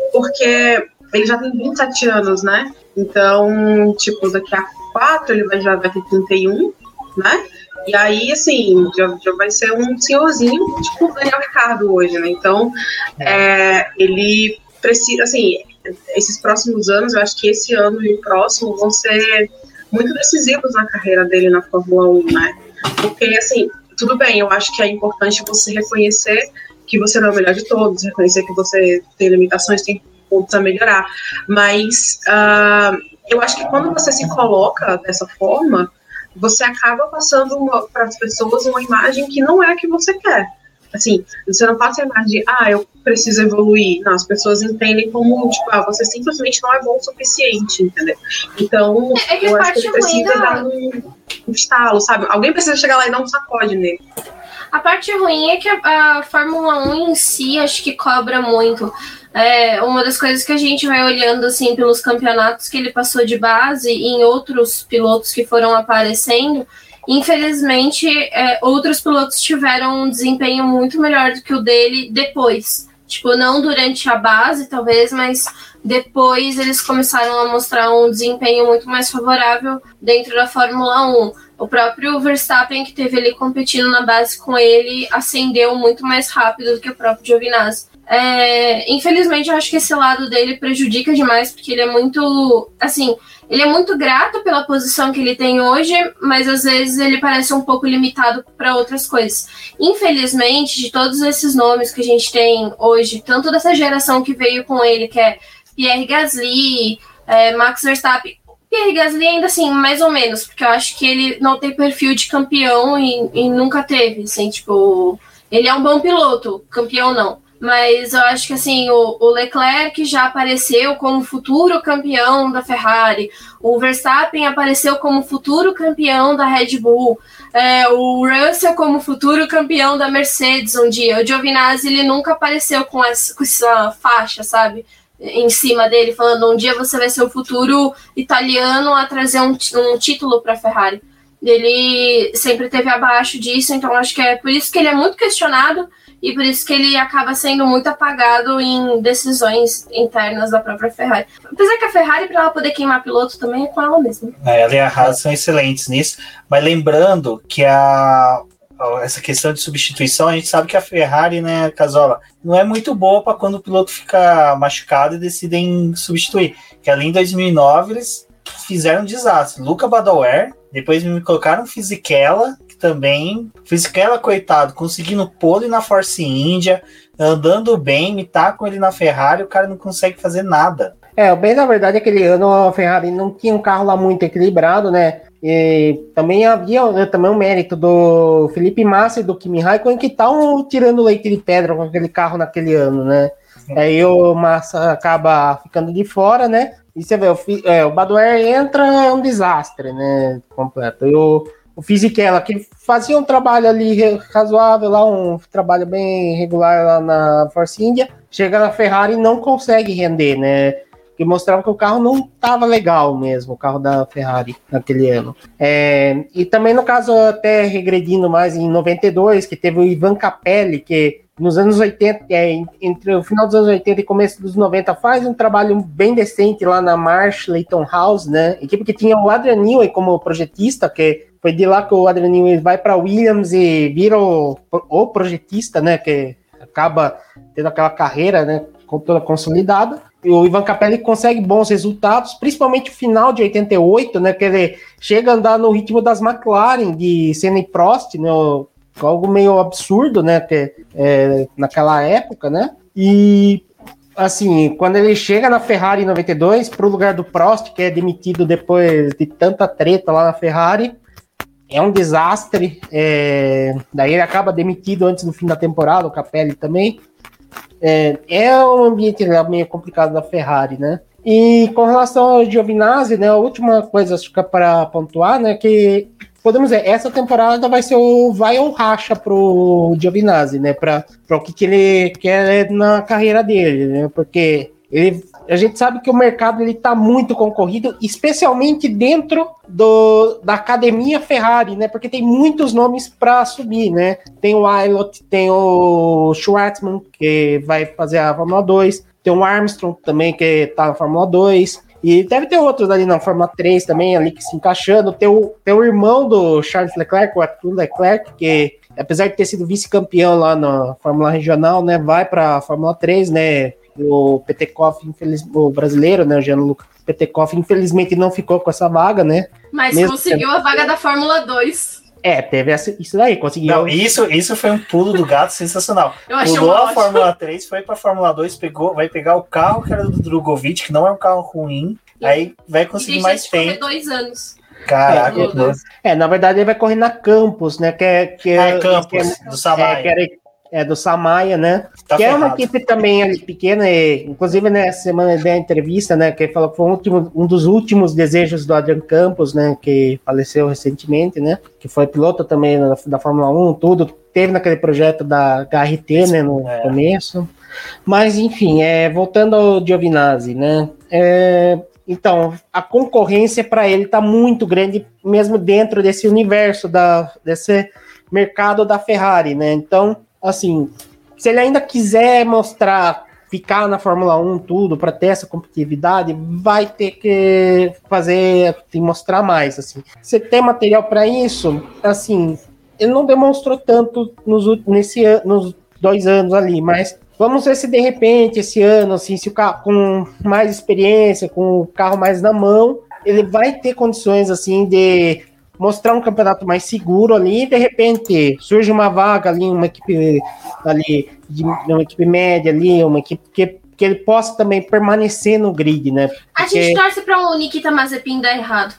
porque ele já tem vinte e sete anos, né? Então, tipo, daqui a quatro ele vai, já vai ter trinta e um, né? E aí, assim, já, já vai ser um senhorzinho, tipo o Daniel Ricciardo hoje, né? Então, é, ele precisa, assim, esses próximos anos, eu acho que esse ano e o próximo vão ser muito decisivos na carreira dele na Fórmula um, né? Porque, assim, tudo bem, eu acho que é importante você reconhecer que você não é o melhor de todos, reconhecer que você tem limitações, tem pontos a melhorar, mas uh, eu acho que quando você se coloca dessa forma, você acaba passando para as pessoas uma imagem que não é a que você quer. Assim, você não passa a imagem de, ah, eu preciso evoluir. Não, as pessoas entendem como, tipo, ah, você simplesmente não é bom o suficiente, entendeu? Então, é que eu acho que ele precisa da... dar um, um estalo, sabe? Alguém precisa chegar lá e dar um sacode nele. A parte ruim é que a, a Fórmula um em si, acho que cobra muito. É uma das coisas que a gente vai olhando, assim, pelos campeonatos que ele passou de base e em outros pilotos que foram aparecendo. Infelizmente, é, outros pilotos tiveram um desempenho muito melhor do que o dele depois. Tipo, não durante a base, talvez, mas depois eles começaram a mostrar um desempenho muito mais favorável dentro da Fórmula um. O próprio Verstappen, que teve ali competindo na base com ele, ascendeu muito mais rápido do que o próprio Giovinazzi. É, infelizmente, eu acho que esse lado dele prejudica demais, porque ele é muito, assim... Ele é muito grato pela posição que ele tem hoje, mas às vezes ele parece um pouco limitado para outras coisas. Infelizmente, de todos esses nomes que a gente tem hoje, tanto dessa geração que veio com ele, que é Pierre Gasly, é, Max Verstappen, Pierre Gasly ainda assim, mais ou menos, porque eu acho que ele não tem perfil de campeão e, e nunca teve, assim, tipo, ele é um bom piloto, campeão não. Mas eu acho que assim, o, o Leclerc já apareceu como futuro campeão da Ferrari, o Verstappen apareceu como futuro campeão da Red Bull, é, o Russell como futuro campeão da Mercedes um dia. O Giovinazzi, ele nunca apareceu com essa, com essa faixa, sabe, em cima dele, falando um dia você vai ser o futuro italiano a trazer um, um título para a Ferrari. Ele sempre esteve abaixo disso, então acho que é por isso que ele é muito questionado e por isso que ele acaba sendo muito apagado em decisões internas da própria Ferrari. Apesar que a Ferrari, para ela poder queimar piloto, também é com ela mesma. É, ela e a Haas são excelentes nisso, mas lembrando que a, essa questão de substituição, a gente sabe que a Ferrari, né, Casola, não é muito boa para quando o piloto fica machucado e decidem substituir. Que ali em dois mil e nove eles fizeram um desastre. Luca Badoer, depois me colocaram Fisichella, que também, Fisichella, coitado, conseguindo pole na Force India, andando bem, me tá com ele na Ferrari, o cara não consegue fazer nada. É, bem na verdade, aquele ano a Ferrari não tinha um carro lá muito equilibrado, né? E também havia né, também o mérito do Felipe Massa e do Kimi Raikkonen, que estavam tirando leite de pedra com aquele carro naquele ano, né? Sim. Aí o Massa acaba ficando de fora, né? E você vê, o, é, o Badoer entra, é um desastre, né? Completo. E o, o Fisichella, que fazia um trabalho ali razoável, lá, um trabalho bem regular lá na Force India, chega na Ferrari e não consegue render, né? Que mostrava que o carro não estava legal mesmo, o carro da Ferrari naquele ano. É, e também no caso, até regredindo mais, em noventa e dois, que teve o Ivan Capelli, que nos anos oitenta, é, entre o final dos anos oitenta e começo dos noventa, faz um trabalho bem decente lá na Marsh Leighton House, né? Equipe que tinha o Adrian Newey como projetista, que foi de lá que o Adrian Newey vai para Williams e vira o, o projetista, né? Que acaba tendo aquela carreira, né? Toda consolidada. E o Ivan Capelli consegue bons resultados, principalmente o final de oitenta e oito, né? Que ele chega a andar no ritmo das McLaren, de Senna e Prost, né? Algo meio absurdo, né? Que, é, naquela época, né? E assim, quando ele chega na Ferrari em noventa e dois, para o lugar do Prost, que é demitido depois de tanta treta lá na Ferrari, é um desastre. É, daí ele acaba demitido antes do fim da temporada, o Capelli também. É, é um ambiente meio complicado da Ferrari, né? E com relação ao Giovinazzi, né? A última coisa acho que é para pontuar, né? Que podemos dizer, essa temporada vai ser o vai ou racha pro Giovinazzi, né? Para o que, que ele quer na carreira dele, né? Porque ele, a gente sabe que o mercado ele tá muito concorrido, especialmente dentro do, da academia Ferrari, né? Porque tem muitos nomes para subir, né? Tem o Aylot, tem o Schwartzman, que vai fazer a Fórmula dois, tem o Armstrong também, que tá na Fórmula dois, e deve ter outros ali na Fórmula três também, ali que se encaixando. Tem o, tem o irmão do Charles Leclerc, o Arthur Leclerc, que apesar de ter sido vice-campeão lá na Fórmula Regional, né? Vai para a Fórmula três, né? O Petekoff, infeliz... o brasileiro, né, o Gianluca Petekoff, infelizmente não ficou com essa vaga, né? Mas Mesmo conseguiu sendo... a vaga da Fórmula dois. É, teve essa... isso daí, conseguiu. Não, isso, isso foi um pulo do gato sensacional. Pulou a Fórmula três, foi pra Fórmula dois, pegou, vai pegar o carro que era do Drogovic, que não é um carro ruim, e aí vai conseguir mais tempo. dois anos. Caraca, é, é, na verdade ele vai correr na Campos, né? Que é, que é, é Campos, que é, do Samaia. É, que era, É, do Samaia, né? Tá que ferrado. É uma equipe também ali pequena, e, inclusive nessa semana da entrevista, né? Que ele falou que foi um, último, um dos últimos desejos do Adrian Campos, né? Que faleceu recentemente, né? Que foi piloto também da, da Fórmula um, tudo. Teve naquele projeto da H R T, né? No é. começo. Mas, enfim, é, voltando ao Giovinazzi, né? É, então, a concorrência para ele tá muito grande, mesmo dentro desse universo, da, desse mercado da Ferrari, né? Então, assim, se ele ainda quiser mostrar, ficar na Fórmula um, tudo, para ter essa competitividade, vai ter que fazer, tem mostrar mais, assim. Você tem material para isso, assim, ele não demonstrou tanto nos, nesse, nos dois anos ali, mas vamos ver se de repente esse ano, assim, se o carro com mais experiência, com o carro mais na mão, ele vai ter condições, assim, de mostrar um campeonato mais seguro ali, e de repente surge uma vaga ali, uma equipe ali, de, uma equipe média ali, uma equipe que, que ele possa também permanecer no grid, né? Porque... A gente torce para o Nikita Mazepin dar errado.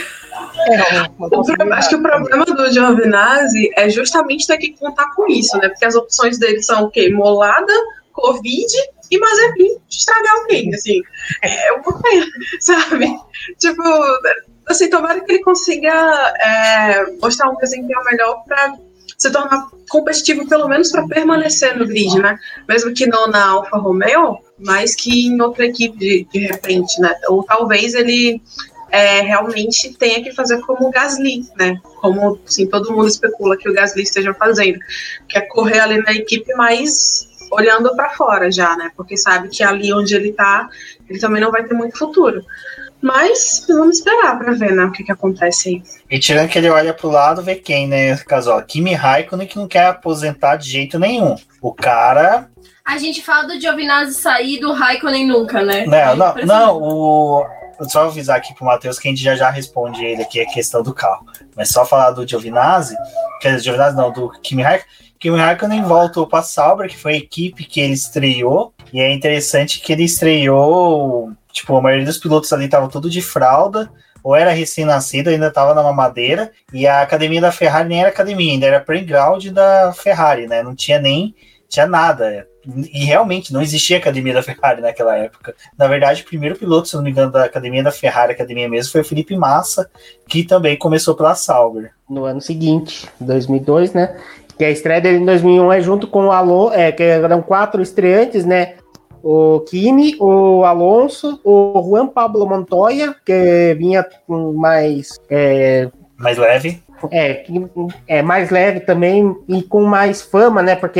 É, o, acho que o problema do Giovinazzi é justamente ter que contar com isso, né? Porque as opções dele são o quê? Molada, Covid e Mazepin estragar alguém, assim. É uma pena, sabe? Tipo... Assim, tomara que ele consiga é, mostrar um desempenho melhor para se tornar competitivo, pelo menos para permanecer no grid, né? Mesmo que não na Alfa Romeo, mas que em outra equipe de, de repente, né? Ou talvez ele é, realmente tenha que fazer como o Gasly, né? Como assim, todo mundo especula que o Gasly esteja fazendo, que é correr ali na equipe, mas olhando para fora já, né? Porque sabe que ali onde ele tá, ele também não vai ter muito futuro. Mas vamos esperar pra ver, né, o que que acontece aí. E tirando que ele olha pro lado, vê quem, né, caso, Kimi Raikkonen, que não quer aposentar de jeito nenhum. O cara... A gente fala do Giovinazzi sair, do Raikkonen nunca, né? Não, não, não, o... Só avisar aqui pro Matheus que a gente já já responde ele aqui a questão do carro. Mas só falar do Giovinazzi, quer dizer, Giovinazzi não, do Kimi Raikkonen. Kimi Raikkonen voltou para a Sauber, que foi a equipe que ele estreou, e é interessante que ele estreou, tipo, a maioria dos pilotos ali estavam tudo de fralda, ou era recém-nascido, ainda estava na mamadeira, e a academia da Ferrari nem era academia, ainda era playground da Ferrari, né, não tinha nem, tinha nada, e realmente não existia academia da Ferrari naquela época. Na verdade, o primeiro piloto, se não me engano, da academia da Ferrari, academia mesmo, foi o Felipe Massa, que também começou pela Sauber. No ano seguinte, dois mil e dois, né, que a estreia dele em dois mil e um é junto com o Alonso, é, que eram quatro estreantes, né? O Kimi, o Alonso, o Juan Pablo Montoya, que vinha com mais... É, mais leve. É, é, mais leve também e com mais fama, né? Porque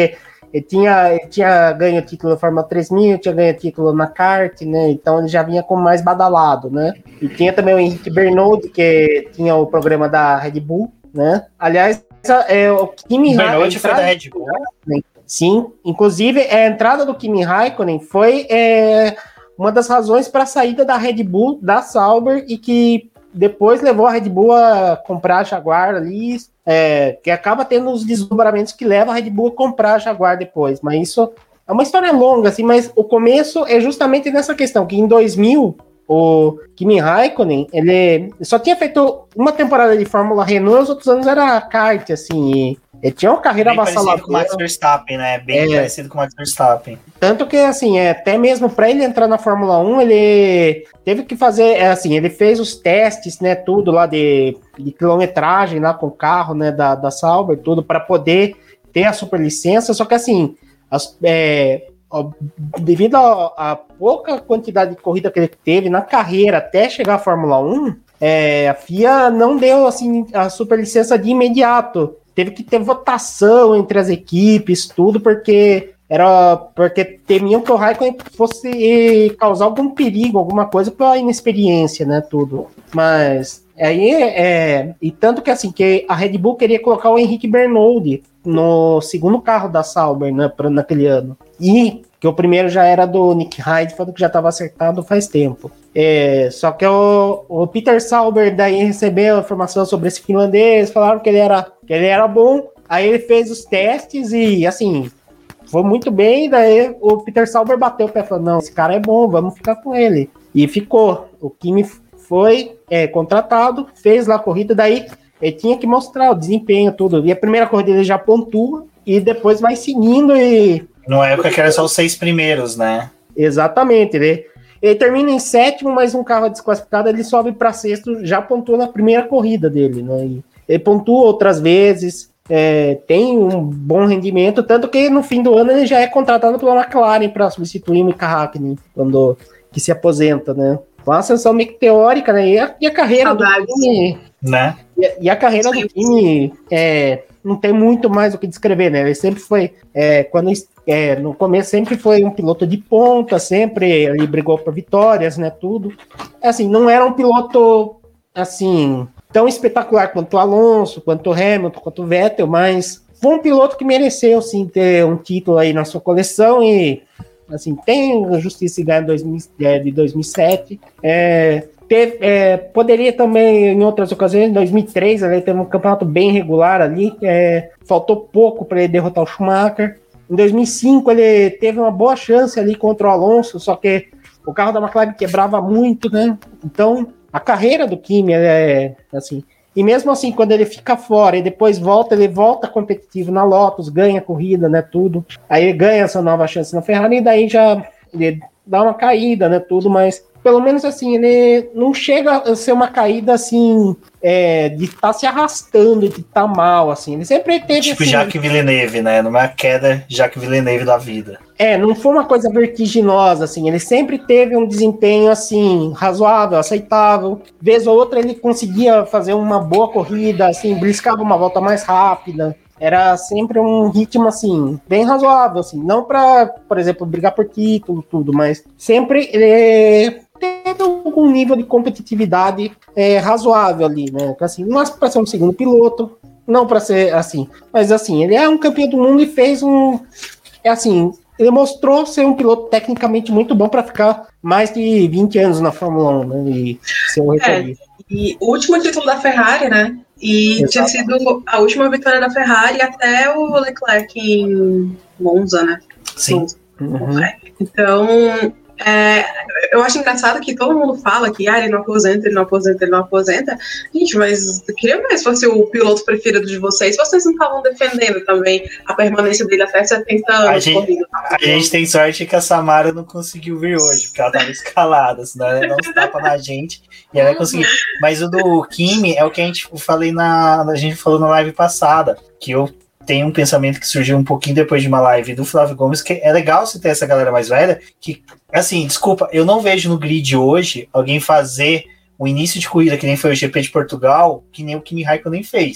ele tinha, ele tinha ganho o título da Fórmula três mil, tinha ganho o título na kart, né? Então ele já vinha como mais badalado, né? E tinha também o Henrique Bernoldi, que tinha o programa da Red Bull, né? Aliás, é, o Kimi Raikkonen foi da Red Bull. Sim, inclusive a entrada do Kimi Raikkonen foi é, uma das razões para a saída da Red Bull, da Sauber, e que depois levou a Red Bull a comprar a Jaguar ali, é, que acaba tendo os desdobramentos que levam a Red Bull a comprar a Jaguar depois, mas isso é uma história longa, assim, mas o começo é justamente nessa questão, que em dois mil, o Kimi Raikkonen, ele só tinha feito uma temporada de Fórmula Renault, os outros anos era kart, assim, e ele tinha uma carreira avassaladora. Bem parecido com o Max Verstappen, né? Bem é. parecido com o Max Verstappen. Tanto que, assim, é, até mesmo para ele entrar na Fórmula um, ele teve que fazer, é, assim, ele fez os testes, né, tudo lá de, de quilometragem lá com o carro, né, da, da Sauber, tudo, para poder ter a superlicença, só que, assim, as, é, ó, devido à pouca quantidade de corrida que ele teve na carreira até chegar à Fórmula um, é, a F I A não deu, assim, a superlicença de imediato. Teve que ter votação entre as equipes, tudo, porque era porque temiam que o Raikkonen fosse causar algum perigo, alguma coisa pela inexperiência, né, tudo. Mas aí é, e tanto que assim que a Red Bull queria colocar o Henrique Bernoldi no segundo carro da Sauber, né, pra, naquele ano. E que o primeiro já era do Nick Heidfeld, que já estava acertado faz tempo. É, só que o, o Peter Sauber daí recebeu informação sobre esse finlandês, falaram que ele era, que ele era bom, aí ele fez os testes e, assim, foi muito bem, daí o Peter Sauber bateu o pé e falou, não, esse cara é bom, vamos ficar com ele. E ficou. O Kimi foi é, contratado, fez lá a corrida, daí ele tinha que mostrar o desempenho, tudo. E a primeira corrida ele já pontua e depois vai seguindo e... Na época que era só os seis primeiros, né? Exatamente, né? Ele termina em sétimo, mas um carro desclassificado, ele sobe para sexto, já pontuou na primeira corrida dele, né? E ele pontua outras vezes, é, tem um bom rendimento, tanto que no fim do ano ele já é contratado pela McLaren para substituir o Mika Hakkinen, quando que se aposenta, né? Uma ascensão meteórica, né? E a, e a carreira Saudades. do time... Né? E, e a carreira do time é, não tem muito mais o que descrever, né? Ele sempre foi, é, quando é, no começo sempre foi um piloto de ponta, sempre ele brigou por vitórias, né? Tudo. Assim, não era um piloto assim tão espetacular quanto o Alonso, quanto o Hamilton, quanto o Vettel, mas foi um piloto que mereceu sim ter um título aí na sua coleção e assim tem justiça em ganhar de dois mil e sete. É, Teve, é, poderia também, em outras ocasiões, em dois mil e três, ele teve um campeonato bem regular ali, é, faltou pouco para ele derrotar o Schumacher. Em dois mil e cinco, ele teve uma boa chance ali contra o Alonso, só que o carro da McLaren quebrava muito, né? Então, a carreira do Kimi é assim. E mesmo assim, quando ele fica fora e depois volta, ele volta competitivo na Lotus, ganha corrida, né? Tudo. Aí ele ganha essa nova chance na Ferrari e daí já ele dá uma caída, né? Tudo, mas. Pelo menos assim, ele não chega a ser uma caída assim, é, de estar tá se arrastando, de estar tá mal, assim. Ele sempre teve. Tipo assim, Jacques Villeneuve, né? Numa queda Jacques Villeneuve da vida. É, não foi uma coisa vertiginosa, assim. Ele sempre teve um desempenho, assim, razoável, aceitável. Vez ou outra ele conseguia fazer uma boa corrida, assim, briscava uma volta mais rápida. Era sempre um ritmo, assim, bem razoável, assim. Não para, por exemplo, brigar por título, tudo, mas sempre ele teve algum nível de competitividade é, razoável ali, né? Assim, não para ser um segundo piloto, não para ser assim. Mas, assim, ele é um campeão do mundo e fez um... É assim, ele mostrou ser um piloto tecnicamente muito bom para ficar mais de vinte anos na Fórmula um, né? E ser um é, e o último título da Ferrari, né? E Exato. Tinha sido a última vitória da Ferrari até o Leclerc em Monza, né? Sim. Uhum. Então, é, eu acho engraçado que todo mundo fala que ah, ele não aposenta, ele não aposenta, ele não aposenta. Gente, mas eu queria mais se fosse o piloto preferido de vocês. Vocês não estavam defendendo também a permanência dele até setenta anos. A gente, a gente tem sorte que a Samara não conseguiu vir hoje, porque ela estava escalada, senão ela não se tapa na gente e ela vai conseguir. Mas o do Kimi é o que a gente falei na, a gente falou na live passada, que eu tem um pensamento que surgiu um pouquinho depois de uma live do Flávio Gomes, que é legal você ter essa galera mais velha, que, assim, desculpa, eu não vejo no grid hoje alguém fazer o início de corrida, que nem foi o G P de Portugal, que nem o Kimi Raikkonen fez.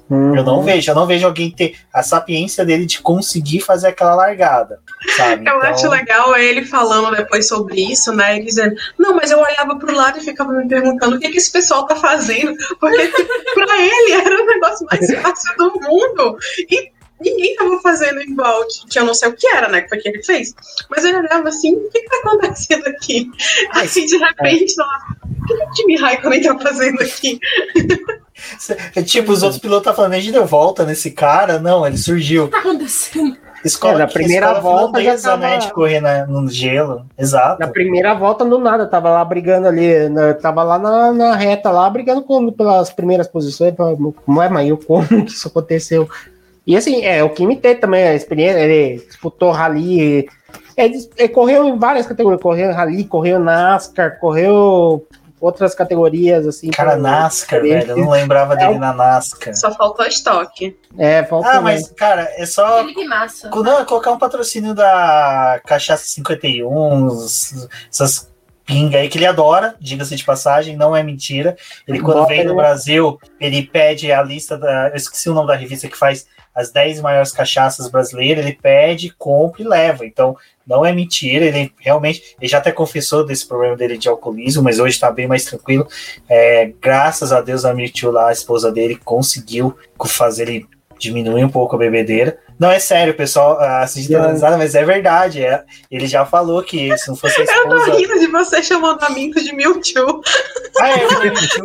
Uhum. Eu não vejo, eu não vejo alguém ter a sapiência dele de conseguir fazer aquela largada, sabe? Eu então... acho legal ele falando depois sobre isso, né? Ele dizendo, não, mas eu olhava pro lado e ficava me perguntando o que, que esse pessoal tá fazendo, porque pra ele era o negócio mais fácil do mundo. E ninguém tava fazendo igual, eu não sei o que era, né? Que foi que ele fez. Mas ele olhava assim, o que, que tá acontecendo aqui? Aí de repente, nossa, o que, que o Kimi Raikkonen tá fazendo aqui? Tipo, os outros pilotos tá falando, a gente deu volta nesse cara. Não, ele surgiu. O que tá acontecendo? Escola, é, na primeira volta já tava... né, de correr na, no gelo. Exato. Na primeira volta, do nada, tava lá brigando ali, né, tava lá na, na reta, lá brigando com, pelas primeiras posições. Não é, mas como que isso aconteceu? E assim, é, o Kimi tem também a experiência, ele disputou rally, ele, ele correu em várias categorias, correu em rally, correu NASCAR, correu outras categorias, assim. Cara, NASCAR, velho, eu não lembrava dele é, na NASCAR. Só faltou estoque. É, faltou. Ah, mas, cara, é só Felipe Massa. Não, colocar um patrocínio da Cachaça cinquenta e um, essas pinga aí que ele adora, diga-se de passagem, não é mentira. Ele, quando Bota vem no Brasil, ele pede a lista da... Eu esqueci o nome da revista que faz as dez maiores cachaças brasileiras, ele pede, compra e leva. Então, não é mentira, ele realmente... Ele já até confessou desse problema dele de alcoolismo, mas hoje está bem mais tranquilo. É, graças a Deus, a Mirtio lá, a esposa dele, conseguiu fazer ele diminuir um pouco a bebedeira. Não, é sério, pessoal, assiste analisada, mas é verdade. É. Ele já falou que se não fosse a esposa... Eu tô rindo de você chamando a Minto de Mewtwo. Ah, é? Foi Mewtwo?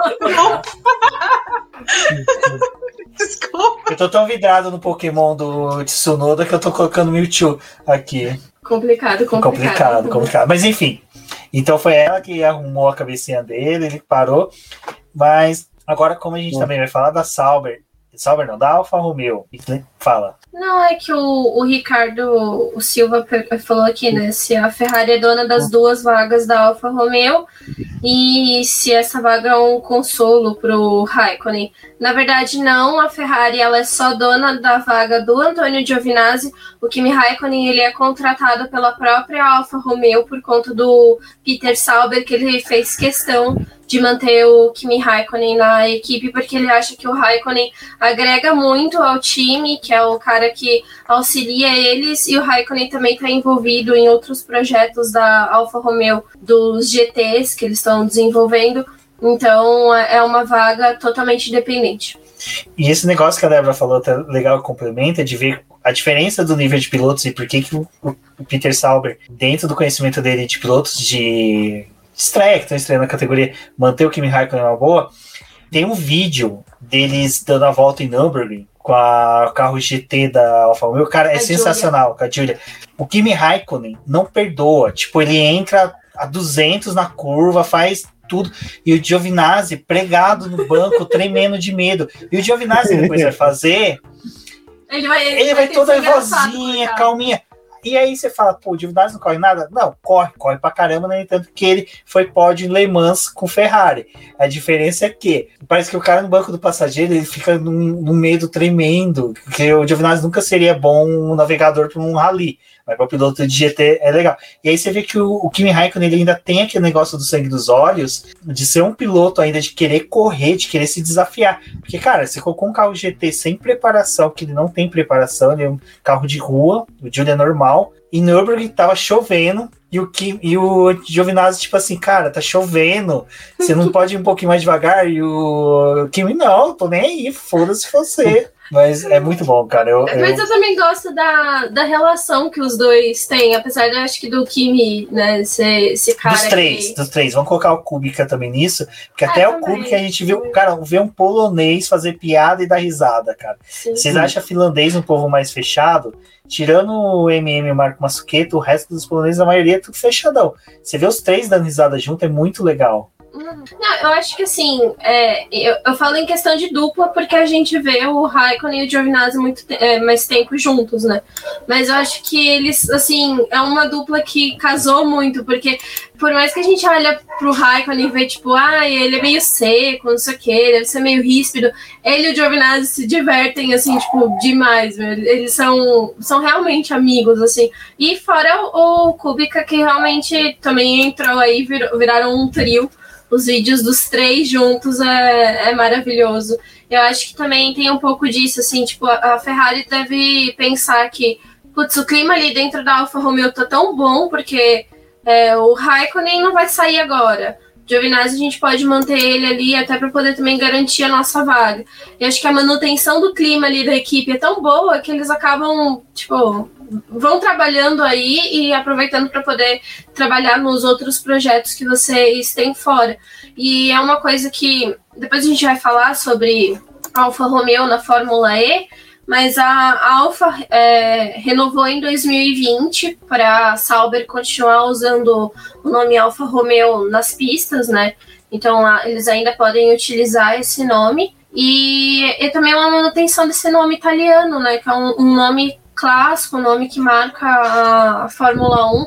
Desculpa. Eu tô tão vidrado no Pokémon do Tsunoda que eu tô colocando Mewtwo aqui. Complicado, complicado. Complicado, complicado. Mas enfim, então foi ela que arrumou a cabecinha dele, ele parou. Mas agora, como a gente hum. também vai falar da Sauber, Sauber não, da Alfa Romeo, fala. Não, é que o, o Ricardo o Silva falou aqui, né? Se a Ferrari é dona das duas vagas da Alfa Romeo e se essa vaga é um consolo pro Raikkonen. Na verdade, não. A Ferrari ela é só dona da vaga do Antônio Giovinazzi. O Kimi Raikkonen ele é contratado pela própria Alfa Romeo por conta do Peter Sauber, que ele fez questão de manter o Kimi Raikkonen na equipe, porque ele acha que o Raikkonen agrega muito ao time, que é o cara que auxilia eles, e o Raikkonen também está envolvido em outros projetos da Alfa Romeo, dos G Ts que eles estão desenvolvendo, então é uma vaga totalmente independente. E esse negócio que a Débora falou, tá legal, complementa, de ver a diferença do nível de pilotos e por que, que o, o Peter Sauber, dentro do conhecimento dele de pilotos de estreia, que estão estreando na categoria, manter o Kimi Raikkonen uma boa. Tem um vídeo deles dando a volta em Nürburgring com a carro G T da Alfa Romeo. Cara, é a sensacional, Julia. Com a Julia. O Kimi Raikkonen não perdoa. Tipo, ele entra a duzentos na curva, faz tudo. E o Giovinazzi pregado no banco, tremendo de medo. E o Giovinazzi depois vai fazer... Ele vai, ele ele vai, vai toda vozinha, cara. calminha. E aí você fala, pô, o Giovinazzi não corre nada? Não, corre, corre pra caramba, no entanto que ele foi pódio em Le Mans com Ferrari. A diferença é que parece que o cara no banco do passageiro, ele fica num, num medo tremendo, porque o Giovinazzi nunca seria bom navegador para um rally, mas para o piloto de G T é legal. E aí você vê que o, o Kimi Raikkonen ele ainda tem aquele negócio do sangue dos olhos, de ser um piloto ainda, de querer correr, de querer se desafiar. Porque, cara, você colocou um carro G T sem preparação, que ele não tem preparação, ele é um carro de rua, o Julia é normal, em Nürburgring tava chovendo, e o, Kim, e o Giovinazzi, tipo assim, cara, tá chovendo, você não pode ir um pouquinho mais devagar? E o Kimi, não, tô nem aí, foda-se você. Mas é muito bom, cara. Eu, eu... Mas eu também gosto da, da relação que os dois têm, apesar de, acho que do Kimi, né, ser esse cara. Dos três, que... dos três. Vamos colocar o Kubica também nisso, porque ah, até também. O Kubica a gente viu, cara, ver um polonês fazer piada e dar risada, cara. Sim. Vocês acham finlandês um povo mais fechado? Tirando o M M e o Marco Mazzucchetto, o resto dos poloneses, a maioria é tudo fechadão. Você vê os três dando risada junto, é muito legal. Não, eu acho que assim, é, eu, eu falo em questão de dupla porque a gente vê o Raikkonen e o Giovinazzi muito é, mais tempo juntos, né? Mas eu acho que eles, assim, é uma dupla que casou muito, porque por mais que a gente olha pro Raikkonen e vê, tipo, ah, ele é meio seco, não sei o que, deve ser meio ríspido, ele e o Giovinazzi se divertem, assim, tipo, demais, meu. Eles são, são realmente amigos, assim. E fora o, o Kubica, que realmente também entrou aí, vir, viraram um trio. os vídeos dos três juntos é, é maravilhoso. Eu acho que também tem um pouco disso, assim, tipo, a Ferrari deve pensar que, putz, o clima ali dentro da Alfa Romeo tá tão bom, porque é, o Raikkonen não vai sair agora. O Giovinazzi a gente pode manter ele ali até para poder também garantir a nossa vaga. E acho que a manutenção do clima ali da equipe é tão boa que eles acabam, tipo, vão trabalhando aí e aproveitando para poder trabalhar nos outros projetos que vocês têm fora. E é uma coisa que depois a gente vai falar sobre a Alfa Romeo na Fórmula E, mas a, a Alfa é, renovou em dois mil e vinte para a Sauber continuar usando o nome Alfa Romeo nas pistas, né? Então a, eles ainda podem utilizar esse nome. E, e também uma manutenção desse nome italiano, né? Que é um, um nome clássico, um nome que marca a, a Fórmula um.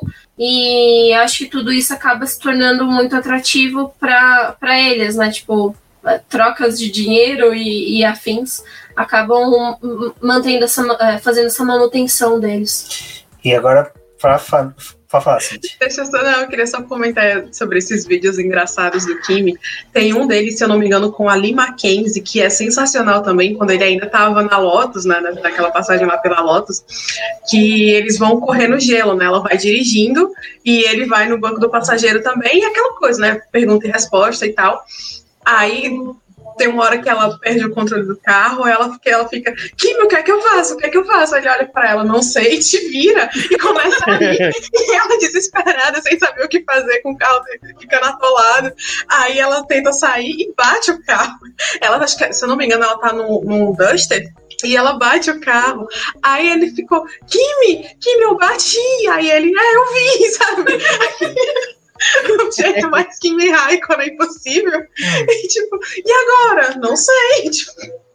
E acho que tudo isso acaba se tornando muito atrativo para eles, né? Tipo, trocas de dinheiro e, e afins acabam mantendo essa, fazendo essa manutenção deles. E agora, para falar, assim. Deixa eu só, não, eu queria só comentar sobre esses vídeos engraçados do Kimi. Tem um deles, se eu não me engano, com a Lee Mackenzie, que é sensacional também, quando ele ainda estava na Lotus, né, naquela passagem lá pela Lotus, que eles vão correr no gelo, né? Ela vai dirigindo e ele vai no banco do passageiro também, e aquela coisa, né? Pergunta e resposta e tal. Aí tem uma hora que ela perde o controle do carro, ela, ela fica, Kimi, o que é que eu faço? O que é que eu faço? Ele olha pra ela, não sei, te vira, e começa a rir. E ela desesperada, sem saber o que fazer com o carro, ficando atolado. Aí ela tenta sair e bate o carro. Ela, acho que, se eu não me engano, ela tá num, num Duster, e ela bate o carro. Aí ele ficou, Kimi, Kimi, eu bati. Aí ele, é, eu vi, sabe? O jeito mais Kimi Raikkonen impossível. E tipo, e agora? Não sei. Tipo,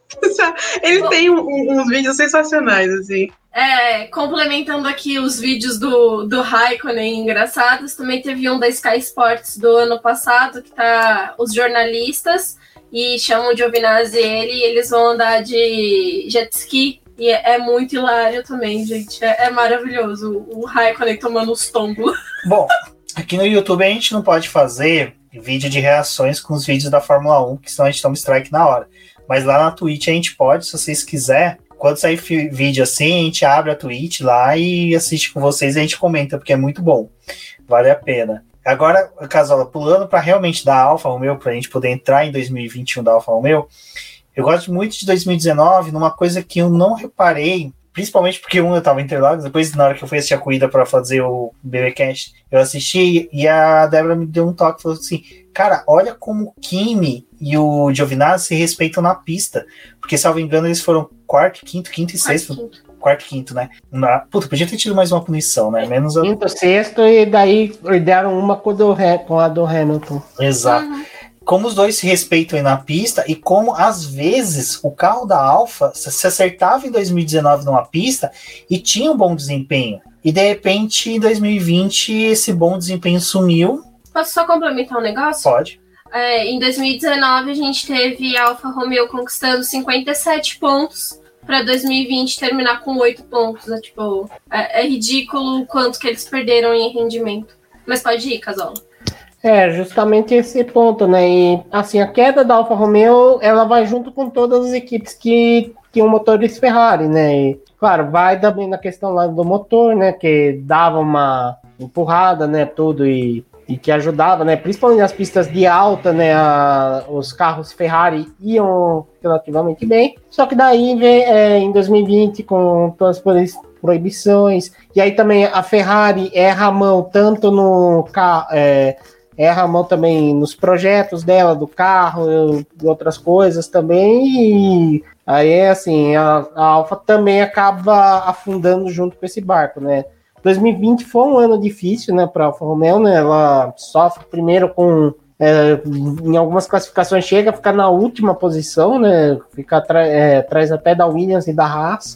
ele Bom, tem um, um, uns vídeos sensacionais, assim. É, complementando aqui os vídeos do, do Raikkonen engraçados, também teve um da Sky Sports do ano passado, que tá os jornalistas e chamam o Giovinazzi e ele, e eles vão andar de jet ski. E é, é muito hilário também, gente. É, é maravilhoso. O Raikkonen tomando os tombos. Bom, aqui no YouTube a gente não pode fazer vídeo de reações com os vídeos da Fórmula um, que senão a gente toma strike na hora. Mas lá na Twitch a gente pode, se vocês quiserem. Quando sair vídeo assim, a gente abre a Twitch lá e assiste com vocês e a gente comenta, porque é muito bom. Vale a pena. Agora, Casola, pulando para realmente da Alfa Romeo, para a gente poder entrar em dois mil e vinte e um da Alfa Romeo, eu gosto muito de dois mil e dezenove, numa coisa que eu não reparei, principalmente porque, um, eu estava em Interlagos, depois, na hora que eu fui assistir a corrida para fazer o BBcast, eu assisti e a Débora me deu um toque, falou assim, cara, olha como o Kimi e o Giovinazzi se respeitam na pista, porque, salvo engano, eles foram quarto, quinto, quinto e quarto, sexto, quinto. quarto, quinto, né? Na, puta, podia ter tido mais uma punição, né? Menos a... Quinto, sexto, e daí deram uma com, do, com a do Hamilton. Exato. Uhum. Como os dois se respeitam aí na pista e como, às vezes, o carro da Alfa se acertava em dois mil e dezenove numa pista e tinha um bom desempenho. E, de repente, em dois mil e vinte, esse bom desempenho sumiu. Posso só complementar um negócio? Pode. É, em dois mil e dezenove, a gente teve a Alfa Romeo conquistando cinquenta e sete pontos para dois mil e vinte terminar com oito pontos. É, tipo, é, é ridículo o quanto que eles perderam em rendimento. Mas pode ir, Casola. É, justamente esse ponto, né? E, assim, a queda da Alfa Romeo, ela vai junto com todas as equipes que tinham motores Ferrari, né? E, claro, vai também na questão lá do motor, né? Que dava uma empurrada, né? Tudo e, e que ajudava, né? Principalmente nas pistas de alta, né? A, os carros Ferrari iam relativamente bem. Só que daí, é, em dois mil e vinte, com todas as proibições, e aí também a Ferrari erra a mão tanto no carro... É, erra a mão também nos projetos dela, do carro e outras coisas também, e aí, assim, a, a Alfa também acaba afundando junto com esse barco, né? dois mil e vinte foi um ano difícil, né, para a Alfa Romeo, né? Ela sofre primeiro com, é, em algumas classificações, chega a ficar na última posição, né? Fica atrás, é, atrás até da Williams e da Haas,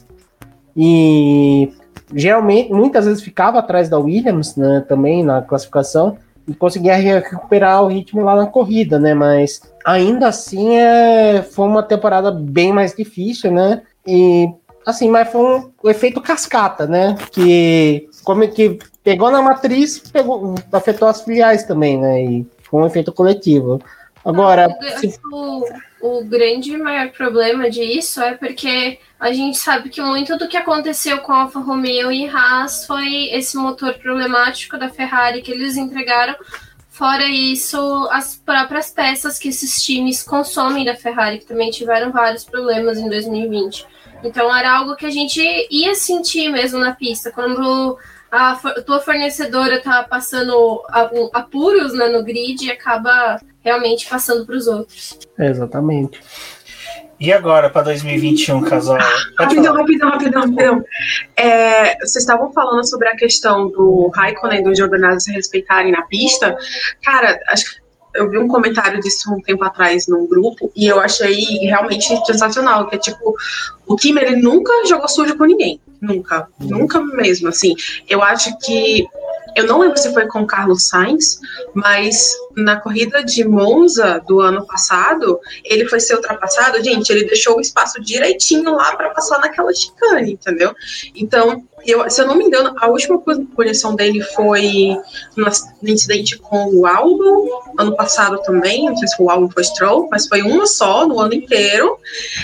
e geralmente, muitas vezes ficava atrás da Williams, né, também na classificação, e conseguia recuperar o ritmo lá na corrida, né? Mas ainda assim é, foi uma temporada bem mais difícil, né? E assim, mas foi um, o efeito cascata, né? Que como que pegou na matriz, pegou, afetou as filiais também, né? E foi um efeito coletivo. Agora, o, se... o, o grande e maior problema disso é porque a gente sabe que muito do que aconteceu com a Alfa Romeo e Haas foi esse motor problemático da Ferrari que eles entregaram. Fora isso, as próprias peças que esses times consomem da Ferrari, que também tiveram vários problemas em dois mil e vinte. Então era algo que a gente ia sentir mesmo na pista, quando a tua fornecedora tá passando apuros, né, no grid e acaba realmente passando para os outros. Exatamente. E agora, para dois mil e vinte e um, casal? Rapidão, rapidão, rapidão, rapidão. É, vocês estavam falando sobre a questão do Raikkonen e do Giovinazzi se respeitarem na pista. Cara, acho que eu vi um comentário disso um tempo atrás num grupo e eu achei realmente sensacional, que é tipo, o Kimi, ele nunca jogou sujo com ninguém. Nunca. Nunca mesmo, assim. Eu acho que eu não lembro se foi com o Carlos Sainz, mas na corrida de Monza do ano passado, ele foi ser ultrapassado, gente, ele deixou o espaço direitinho lá para passar naquela chicane, entendeu? Então, eu, se eu não me engano, a última punição dele foi no, no incidente com o Albon, ano passado também, não sei se o Albon foi Stroll, mas foi uma só no ano inteiro,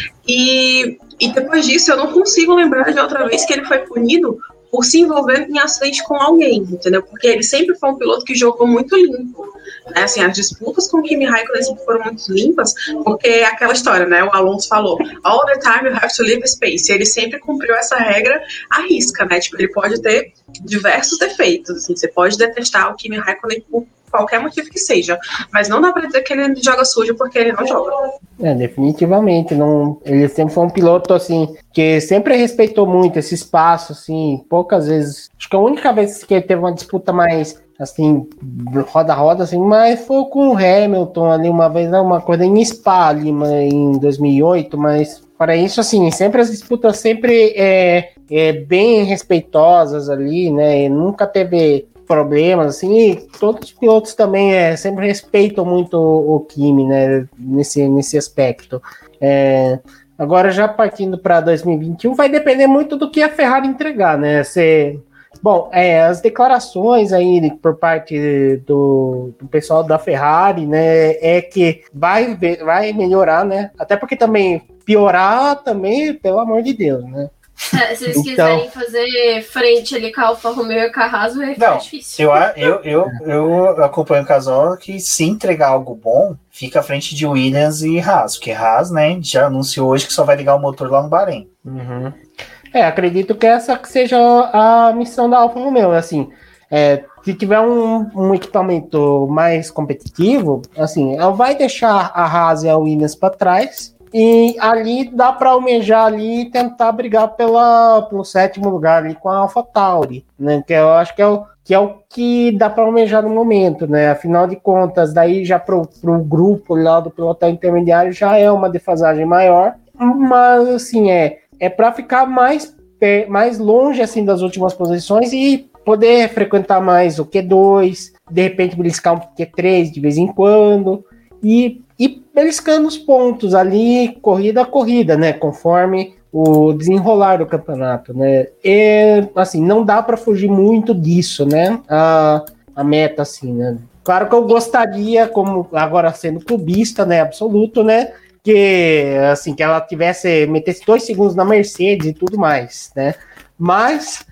e, e depois disso eu não consigo lembrar de outra vez que ele foi punido por se envolver em acidente com alguém, entendeu? Porque ele sempre foi um piloto que jogou muito limpo, né? Assim, as disputas com o Kimi Raikkonen sempre foram muito limpas, porque é aquela história, né? O Alonso falou, all the time you have to leave space. E ele sempre cumpriu essa regra à risca, né? Tipo, ele pode ter diversos defeitos, assim, você pode detestar o Kimi Raikkonen por qualquer motivo que seja, mas não dá pra dizer que ele joga sujo porque ele não joga. É, definitivamente, não, ele sempre foi um piloto, assim, que sempre respeitou muito esse espaço, assim, poucas vezes, acho que a única vez que ele teve uma disputa mais, assim, roda a roda, assim, mas foi com o Hamilton ali uma vez, uma coisa em Spa ali, em dois mil e oito, mas para isso, assim, sempre as disputas sempre é, é bem respeitosas ali, né, e nunca teve problemas, assim, e todos os pilotos também é, sempre respeitam muito o, o Kimi, né, nesse, nesse aspecto. É, agora, já partindo para dois mil e vinte e um, vai depender muito do que a Ferrari entregar, né, se, bom, é, as declarações aí por parte do, do pessoal da Ferrari, né, é que vai, vai melhorar, né, até porque também piorar também, pelo amor de Deus, né. É, se eles então, quiserem fazer frente ali com a Alfa Romeo e com a Haas, vai ficar não, difícil. Eu, eu, eu, eu acompanho o casal que se entregar algo bom, fica à frente de Williams e Haas, porque Haas, né, já anunciou hoje que só vai ligar o motor lá no Bahrein. Uhum. É, acredito que essa que seja a missão da Alfa Romeo, assim, é, se tiver um, um equipamento mais competitivo, assim, ela vai deixar a Haas e a Williams para trás. E ali dá para almejar ali e tentar brigar pela, pelo sétimo lugar ali com a AlphaTauri, né? Que eu acho que é o que, é o que dá para almejar no momento, né? Afinal de contas, daí já pro, pro grupo lá do pelotão intermediário já é uma defasagem maior, mas assim, é, é para ficar mais, mais longe assim das últimas posições e poder frequentar mais o Q dois, de repente beliscar um Q três de vez em quando, e E beliscando os pontos ali, corrida a corrida, né? Conforme o desenrolar do campeonato, né? E, assim, não dá para fugir muito disso, né? A, a meta, assim, né? Claro que eu gostaria, como agora sendo clubista, né? Absoluto, né? Que, assim, que ela tivesse, metesse dois segundos na Mercedes e tudo mais, né? Mas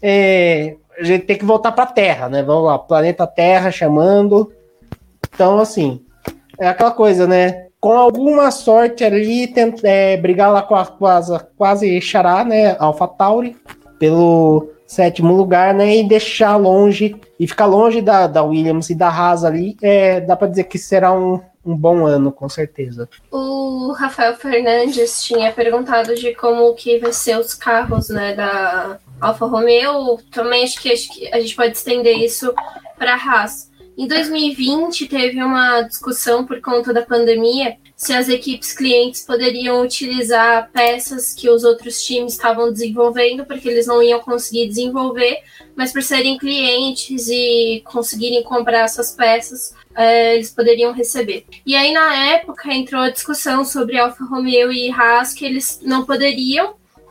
é, a gente tem que voltar para a Terra, né? Vamos lá, planeta Terra chamando. Então, assim... É aquela coisa, né? Com alguma sorte ali, tenta, é, brigar lá com a quase, quase xará, né? AlphaTauri, pelo sétimo lugar, né? E deixar longe, e ficar longe da, da Williams e da Haas ali, é, dá para dizer que será um, um bom ano, com certeza. O Rafael Fernandes tinha perguntado de como que vai ser os carros, né? Da Alfa Romeo. Também acho que, acho que a gente pode estender isso para a Haas. Em dois mil e vinte, teve uma discussão por conta da pandemia se as equipes clientes poderiam utilizar peças que os outros times estavam desenvolvendo, porque eles não iam conseguir desenvolver, mas por serem clientes e conseguirem comprar essas peças, é, eles poderiam receber. E aí, na época, entrou a discussão sobre Alfa Romeo e Haas, que eles não poderiam,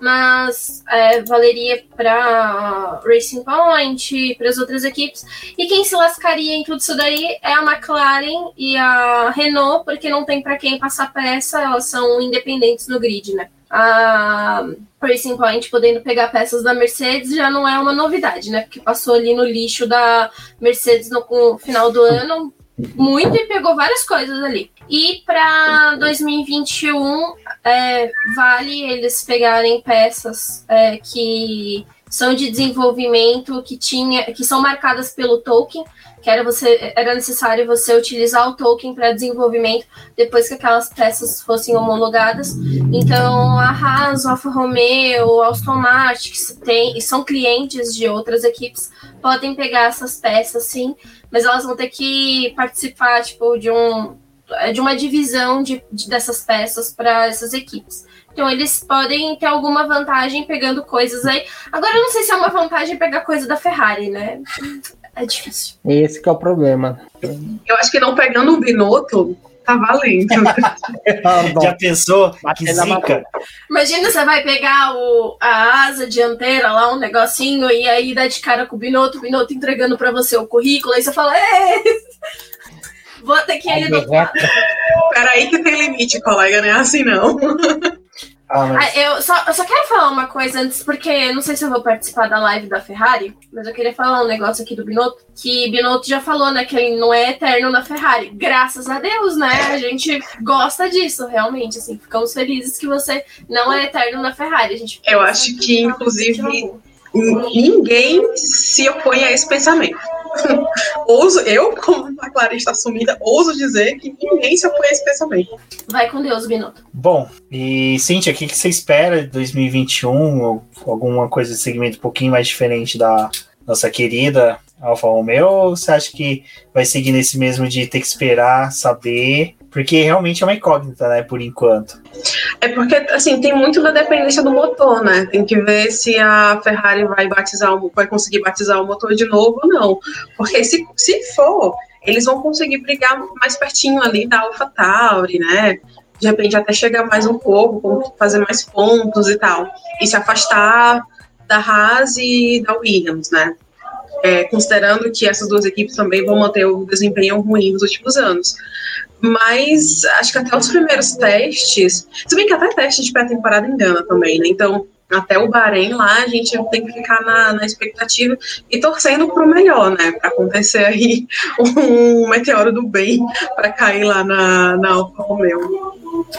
mas é, valeria para Racing Point, para as outras equipes. E quem se lascaria em tudo isso daí é a McLaren e a Renault, porque não tem para quem passar peça, elas são independentes no grid, né? A Racing Point podendo pegar peças da Mercedes já não é uma novidade, né? Porque passou ali no lixo da Mercedes no, no final do ano muito e pegou várias coisas ali. E para dois mil e vinte e um, é, vale eles pegarem peças é, que são de desenvolvimento, que, tinha, que são marcadas pelo token, que era, você, era necessário você utilizar o token para desenvolvimento depois que aquelas peças fossem homologadas. Então, a Haas, Alfa Romeo, Aston Martin, que tem, são clientes de outras equipes, podem pegar essas peças, sim, mas elas vão ter que participar tipo, de, um, de uma divisão de, de, dessas peças para essas equipes. Então, eles podem ter alguma vantagem pegando coisas aí. Agora, eu não sei se é uma vantagem pegar coisa da Ferrari, né? É difícil. Esse que é o problema. Eu acho que não pegando o Binotto, tá valendo. Já pensou? Que zica. Imagina, você vai pegar o, a asa dianteira lá, um negocinho, e aí dá de cara com o Binotto, o Binotto entregando pra você o currículo, aí você fala, é, vou ter que ir no quadro. Peraí que tem limite, colega, não é assim não. Ah, mas... ah, eu, só, eu só quero falar uma coisa antes, porque eu não sei se eu vou participar da live da Ferrari, mas eu queria falar um negócio aqui do Binotto, que Binotto já falou, né, que ele não é eterno na Ferrari. Graças a Deus, né? A gente gosta disso, realmente, assim, ficamos felizes que você não é eterno na Ferrari. A gente eu acho que, inclusive, ninguém se opõe a esse pensamento. ouso, eu, como uma clarista assumida, ouso dizer que ninguém se opõe a esse pensamento. Vai com Deus, Binotto. Bom, e Cíntia, o que você espera de dois mil e vinte e um? Ou alguma coisa de segmento um pouquinho mais diferente da nossa querida Alfa Romeo? Ou você acha que vai seguir nesse mesmo de ter que esperar, saber? Porque realmente é uma incógnita, né, por enquanto. É porque, assim, tem muito da dependência do motor, né? Tem que ver se a Ferrari vai batizar, vai conseguir batizar o motor de novo ou não. Porque se, se for, eles vão conseguir brigar mais pertinho ali da AlphaTauri, né? De repente até chegar mais um pouco, fazer mais pontos e tal. E se afastar da Haas e da Williams, né? É, considerando que essas duas equipes também vão manter o desempenho ruim nos últimos anos. Mas acho que até os primeiros testes, se bem que até teste de pré-temporada engana também, né? Então, até o Bahrein lá, a gente tem que ficar na, na expectativa e torcendo para o melhor, né? Para acontecer aí um meteoro do bem para cair lá na, na Alfa Romeo.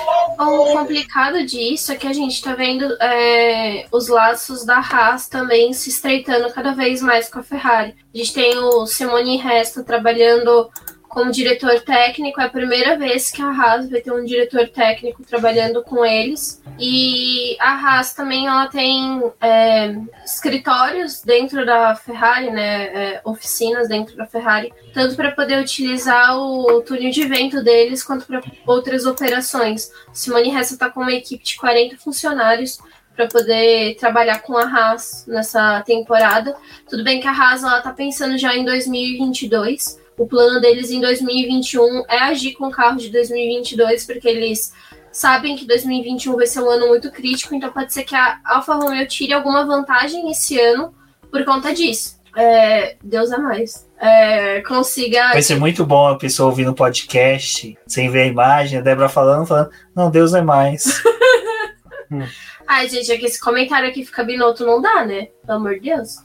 O complicado disso é que a gente tá vendo é, os laços da Haas também se estreitando cada vez mais com a Ferrari. A gente tem o Simone Resta trabalhando como diretor técnico, é a primeira vez que a Haas vai ter um diretor técnico trabalhando com eles. E a Haas também ela tem é, escritórios dentro da Ferrari, né, é, oficinas dentro da Ferrari, tanto para poder utilizar o túnel de vento deles, quanto para outras operações. O Simone Resta está com uma equipe de quarenta funcionários para poder trabalhar com a Haas nessa temporada. Tudo bem que a Haas está pensando já em dois mil e vinte e dois. O plano deles em dois mil e vinte e um é agir com o carro de dois mil e vinte e dois, porque eles sabem que dois mil e vinte e um vai ser um ano muito crítico, então pode ser que a Alfa Romeo tire alguma vantagem esse ano por conta disso. É, Deus é mais. É, consiga... Vai ser muito bom a pessoa ouvindo o podcast, sem ver a imagem, a Débora falando, falando, não, Deus é mais. hum. Ai, gente, é que esse comentário aqui fica Binotto, não dá, né? Pelo amor de Deus.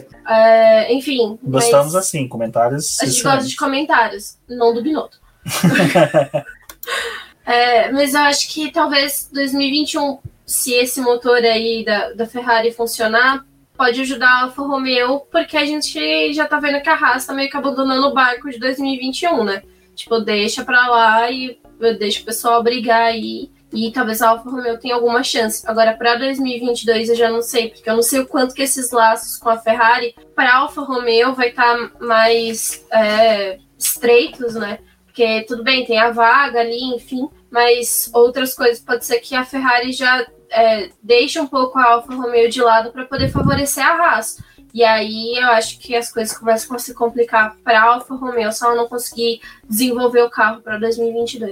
é, enfim. Gostamos assim, comentários. A gente gosta de comentários, não do Binotto. é, mas eu acho que talvez dois mil e vinte e um, se esse motor aí da, da Ferrari funcionar, pode ajudar a Alfa Romeo, porque a gente já tá vendo que a Haas tá meio que abandonando o barco de dois mil e vinte e um, né? Tipo, deixa pra lá e deixa o pessoal brigar aí. E talvez a Alfa Romeo tenha alguma chance. Agora, para dois mil e vinte e dois, eu já não sei, porque eu não sei o quanto que esses laços com a Ferrari, para a Alfa Romeo, vai estar tá mais é, estreitos, né? Porque, tudo bem, tem a vaga ali, enfim, mas outras coisas, pode ser que a Ferrari já é, deixe um pouco a Alfa Romeo de lado para poder favorecer a Haas. E aí, eu acho que as coisas começam a se complicar para a Alfa Romeo, se ela não conseguir desenvolver o carro para dois mil e vinte e dois.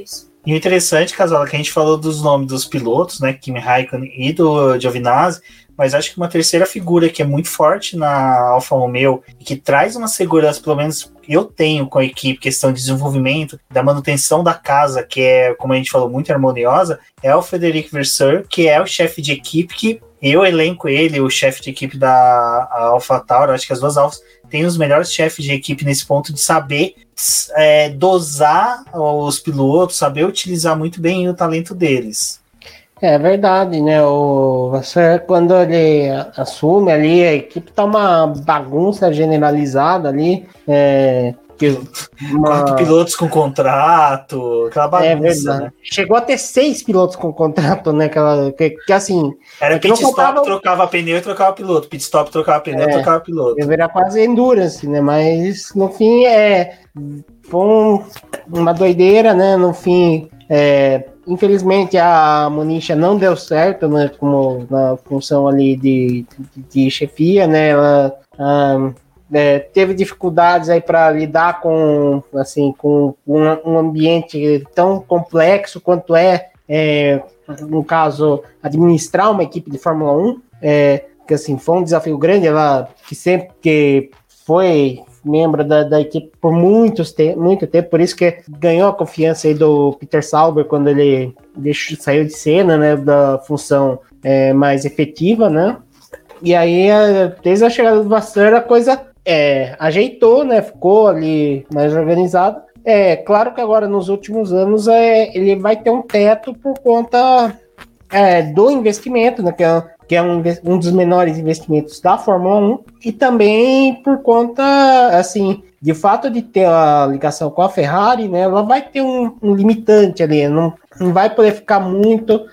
E o interessante, Casola, que a gente falou dos nomes dos pilotos, né, Kimi Raikkonen e do Giovinazzi, mas acho que uma terceira figura que é muito forte na Alfa Romeo e que traz uma segurança, pelo menos eu tenho com a equipe, questão de desenvolvimento, da manutenção da casa, que é, como a gente falou, muito harmoniosa, é o Frederic Vasseur, que é o chefe de equipe, que eu elenco ele, o chefe de equipe da AlphaTauri, acho que as duas Alfas têm os melhores chefes de equipe nesse ponto de saber é, dosar os pilotos, saber utilizar muito bem o talento deles. É verdade, né? O Vasseur, quando ele assume ali, a equipe tá uma bagunça generalizada ali. É, que uma... Quatro pilotos com contrato, aquela bagunça, é verdade, né? Chegou a ter seis pilotos com contrato, né? Aquela, que, que assim... Era pit stop, faltava... trocava pneu e trocava piloto. Pit stop, trocava pneu e é, trocava piloto. Era quase endurance, né? Mas no fim é... Foi um, uma doideira, né? No fim... É, infelizmente a Monisha não deu certo, né, como na função ali de, de, de chefia, né, ela ah, é, teve dificuldades aí para lidar com, assim, com um, um ambiente tão complexo quanto é, é, no caso, administrar uma equipe de Fórmula um, é, que assim, foi um desafio grande, ela que sempre que foi membro da, da equipe por muitos te- muito tempo, por isso que ganhou a confiança aí do Peter Sauber quando ele deixou, saiu de cena, né, da função é, mais efetiva, né, e aí desde a chegada do Vasseur a coisa é, ajeitou, né, ficou ali mais organizado. É claro que agora nos últimos anos é, ele vai ter um teto por conta é, do investimento, né, que é que é um, um dos menores investimentos da Fórmula um, e também por conta, assim, de fato de ter a ligação com a Ferrari, né, ela vai ter um, um limitante ali, não, não vai poder ficar muito,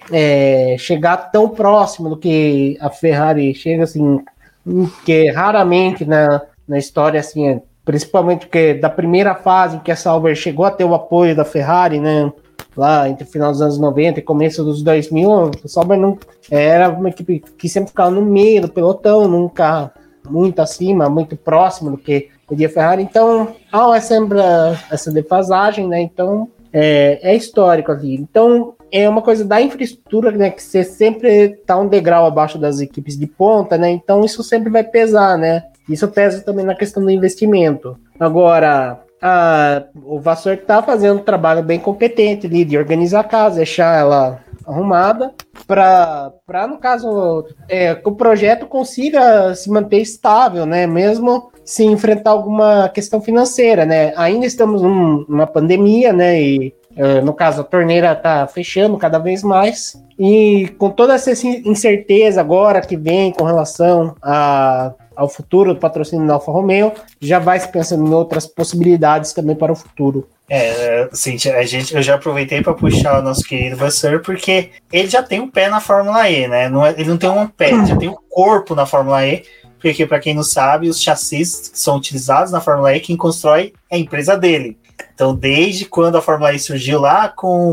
é, chegar tão próximo do que a Ferrari chega, assim, que raramente na, na história, assim, principalmente porque da primeira fase em que a Sauber chegou a ter o apoio da Ferrari, né, lá entre o final dos anos noventa e começo dos dois mil, o Sauber não, era uma equipe que sempre ficava no meio do pelotão, nunca muito acima, muito próximo do que podia a Ferrari, então há sempre essa defasagem, né, então é, é histórico ali, então é uma coisa da infraestrutura, né, que você sempre está um degrau abaixo das equipes de ponta, né, então isso sempre vai pesar, né, isso pesa também na questão do investimento. Agora, a, o Vasseur está fazendo um trabalho bem competente ali de organizar a casa, deixar ela arrumada, para, no caso, é, que o projeto consiga se manter estável, né? Mesmo se enfrentar alguma questão financeira, né? Ainda estamos num, numa pandemia, né? E, é, no caso, a torneira está fechando cada vez mais. E com toda essa incerteza agora que vem com relação a ao futuro do patrocínio da Alfa Romeo, já vai se pensando em outras possibilidades também para o futuro. É, assim, a gente, eu já aproveitei para puxar o nosso querido Vasseur, porque ele já tem um pé na Fórmula E, né? Não é, ele não tem um pé, ele já tem um corpo na Fórmula E, porque, para quem não sabe, os chassis que são utilizados na Fórmula E, quem constrói é a empresa dele. Então, desde quando a Fórmula E surgiu lá com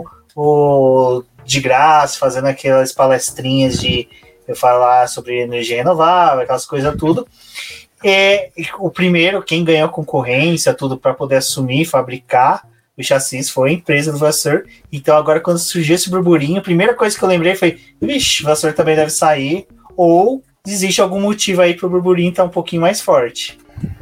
o de graça, fazendo aquelas palestrinhas de eu falar sobre energia renovável, aquelas coisas tudo. É, o primeiro, quem ganhou a concorrência, tudo para poder assumir, fabricar o chassis foi a empresa do Vasseur. Então agora quando surgiu esse burburinho, a primeira coisa que eu lembrei foi, vixe, o Vasseur também deve sair, ou existe algum motivo aí para o burburinho estar um pouquinho mais forte.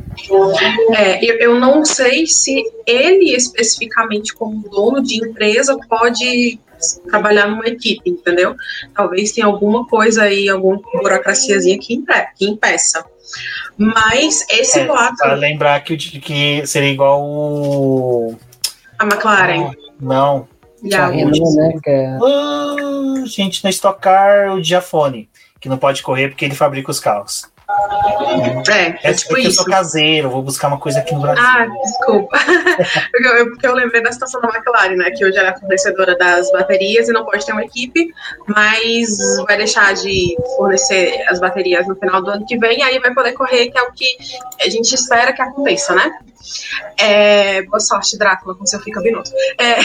É, eu, eu não sei se ele especificamente como dono de empresa pode trabalhar numa equipe, entendeu? Talvez tenha alguma coisa aí, alguma burocraciazinha que, impe- que impeça. Mas esse é, boato... Para lembrar que, que seria igual o... a McLaren. Não. não. Renault, né, que é... ah, gente, no Stock Car, o Giafone, que não pode correr porque ele fabrica os carros. É, é, é tipo porque isso. Eu sou caseiro, vou buscar uma coisa aqui no Brasil. Ah, desculpa. porque, eu, porque eu lembrei da situação da McLaren, né? Que hoje ela é fornecedora das baterias e não pode ter uma equipe, mas vai deixar de fornecer as baterias no final do ano que vem, e aí vai poder correr, que é o que a gente espera que aconteça, né? É, boa sorte, Drácula, com seu Fica Binotto. É,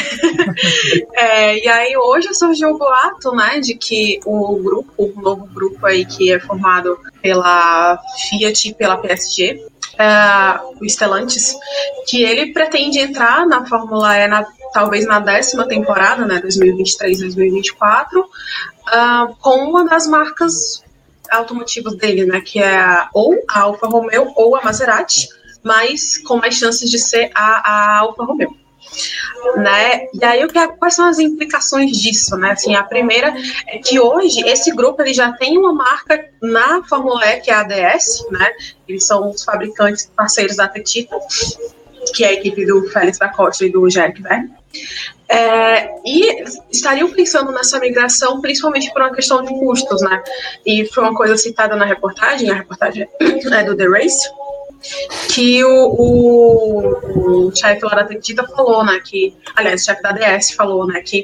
é, e aí hoje surgiu o boato, né, de que o grupo, o novo grupo aí que é formado pela Fiat e pela P S G, é, o Stellantis, que ele pretende entrar na Fórmula E na talvez na décima temporada, né, dois mil e vinte e três, dois mil e vinte e quatro, uh, com uma das marcas automotivas dele, né, que é a, ou a Alfa Romeo ou a Maserati, mas com mais chances de ser a, a Alfa Romeo. Né? E aí, o que, quais são as implicações disso? Né? Assim, a primeira é que hoje esse grupo ele já tem uma marca na Fórmula E, que é a A D S, né? Eles são os fabricantes parceiros da Techeetah, que é a equipe do Félix da Costa e do Jerick Verne. É, e estariam pensando nessa migração principalmente por uma questão de custos, né? E foi uma coisa citada na reportagem, a reportagem é do The Race, que o, o, o chefe lá da Techeetah falou, né, que, aliás, o chefe da A D S falou, né, que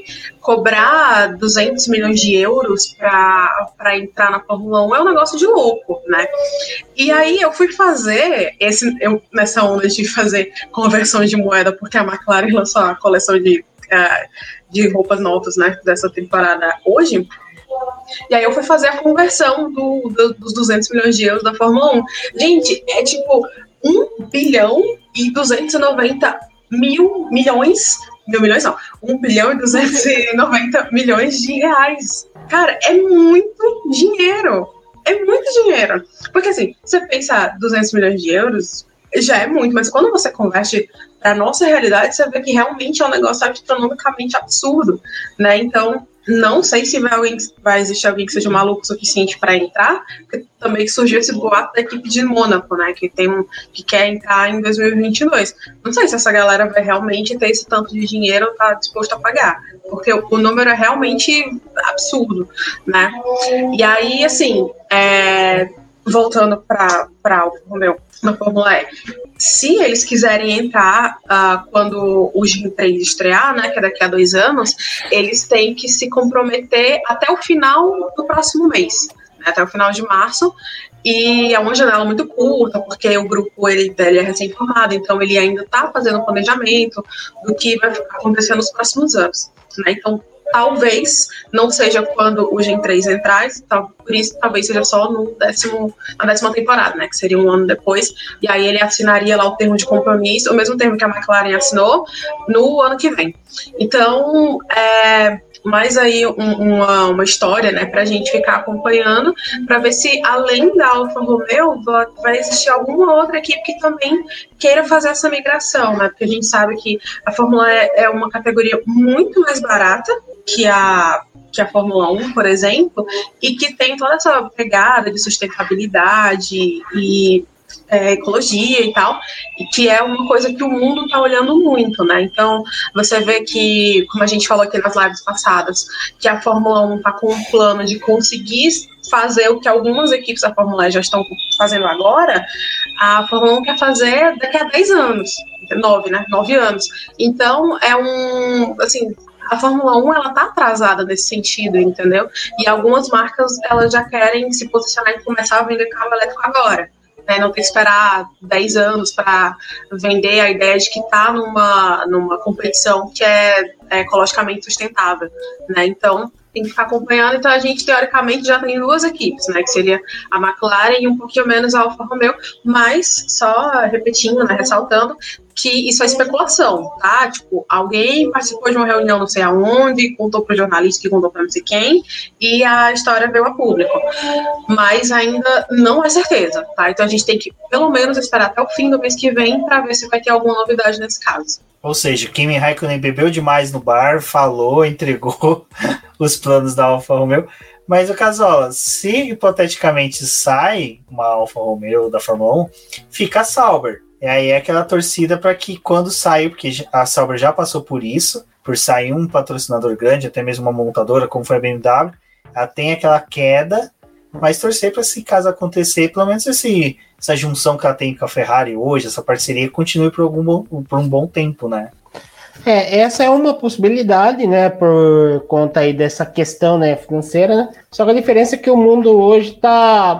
cobrar duzentos milhões de euros para entrar na Fórmula um é um negócio de louco, né? E aí eu fui fazer, esse, eu, nessa onda de fazer conversão de moeda, porque a McLaren lançou a coleção de, uh, de roupas novas, né, dessa temporada hoje. E aí eu fui fazer a conversão do, do, dos duzentos milhões de euros da Fórmula um. Gente, é tipo um bilhão e duzentos e noventa mil milhões, mil milhões não, um bilhão e duzentos e noventa milhões de reais. Cara, é muito dinheiro. É muito dinheiro. Porque assim, você pensa duzentos milhões de euros, já é muito, mas quando você converte para a nossa realidade, você vê que realmente é um negócio astronomicamente absurdo, né? Então, não sei se vai, alguém, vai existir alguém que seja maluco o suficiente para entrar, porque também surgiu esse boato da equipe de Mônaco, né, que, tem um, que quer entrar em dois mil e vinte e dois. Não sei se essa galera vai realmente ter esse tanto de dinheiro e tá disposto a pagar, porque o, o número é realmente absurdo, né? E aí, assim, é, voltando para o meu na Fórmula E, se eles quiserem entrar uh, quando o G três estrear, né, que é daqui a dois anos, eles têm que se comprometer até o final do próximo mês, né, até o final de março, e é uma janela muito curta, porque o grupo ele, ele é recém-formado, então ele ainda está fazendo o planejamento do que vai acontecer nos próximos anos, né, então talvez não seja quando o Gen três entrar, por isso talvez seja só no décimo, na décima temporada, né, que seria um ano depois, e aí ele assinaria lá o termo de compromisso, o mesmo termo que a McLaren assinou, no ano que vem. Então, é, mais aí um, uma, uma história, né, pra gente ficar acompanhando, para ver se além da Alfa Romeo vai existir alguma outra equipe que também queira fazer essa migração, né, porque a gente sabe que a Fórmula E é uma categoria muito mais barata que a, que a Fórmula um, por exemplo, e que tem toda essa pegada de sustentabilidade e é, ecologia e tal, e que é uma coisa que o mundo está olhando muito, né? Então, você vê que, como a gente falou aqui nas lives passadas, que a Fórmula um está com um plano de conseguir fazer o que algumas equipes da Fórmula E já estão fazendo agora, a Fórmula um quer fazer daqui a dez anos, nove, né? nove anos. Então, é um, assim, a Fórmula um, ela tá atrasada nesse sentido, entendeu? E algumas marcas, elas já querem se posicionar e começar a vender carro elétrico agora, né? Não ter que esperar dez anos para vender a ideia de que tá numa, numa competição que é, é ecologicamente sustentável, né? Então, tem que ficar acompanhando. Então, a gente, teoricamente, já tem duas equipes, né? Que seria a McLaren e um pouquinho menos a Alfa Romeo, mas, só repetindo, né, ressaltando, que isso é especulação, tá? Tipo, alguém participou de uma reunião não sei aonde, contou para o jornalista que contou para não sei quem, e a história veio a público. Mas ainda não é certeza, tá? Então a gente tem que, pelo menos, esperar até o fim do mês que vem para ver se vai ter alguma novidade nesse caso. Ou seja, Kimi Raikkonen bebeu demais no bar, falou, entregou os planos da Alfa Romeo. Mas, o Casola, se hipoteticamente sai uma Alfa Romeo da Fórmula um, fica a Sauber. E aí é aquela torcida para que quando sair, porque a Sauber já passou por isso, por sair um patrocinador grande, até mesmo uma montadora, como foi a B M W, ela tem aquela queda, mas torcer para, se caso acontecer, pelo menos esse, essa junção que ela tem com a Ferrari hoje, essa parceria, continue por, algum, por um bom tempo, né? É, essa é uma possibilidade, né, por conta aí dessa questão, né, financeira, né? Só que a diferença é que o mundo hoje está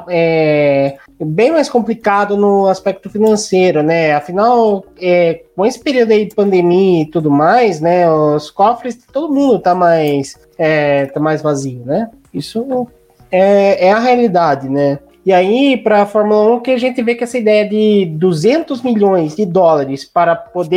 é, bem mais complicado no aspecto financeiro, né? Afinal, é, com esse período aí de pandemia e tudo mais, né, os cofres, todo mundo tá mais, é, tá mais vazio, né? Isso é, é a realidade, né? E aí, para a Fórmula um, que a gente vê que essa ideia de duzentos milhões de dólares para poder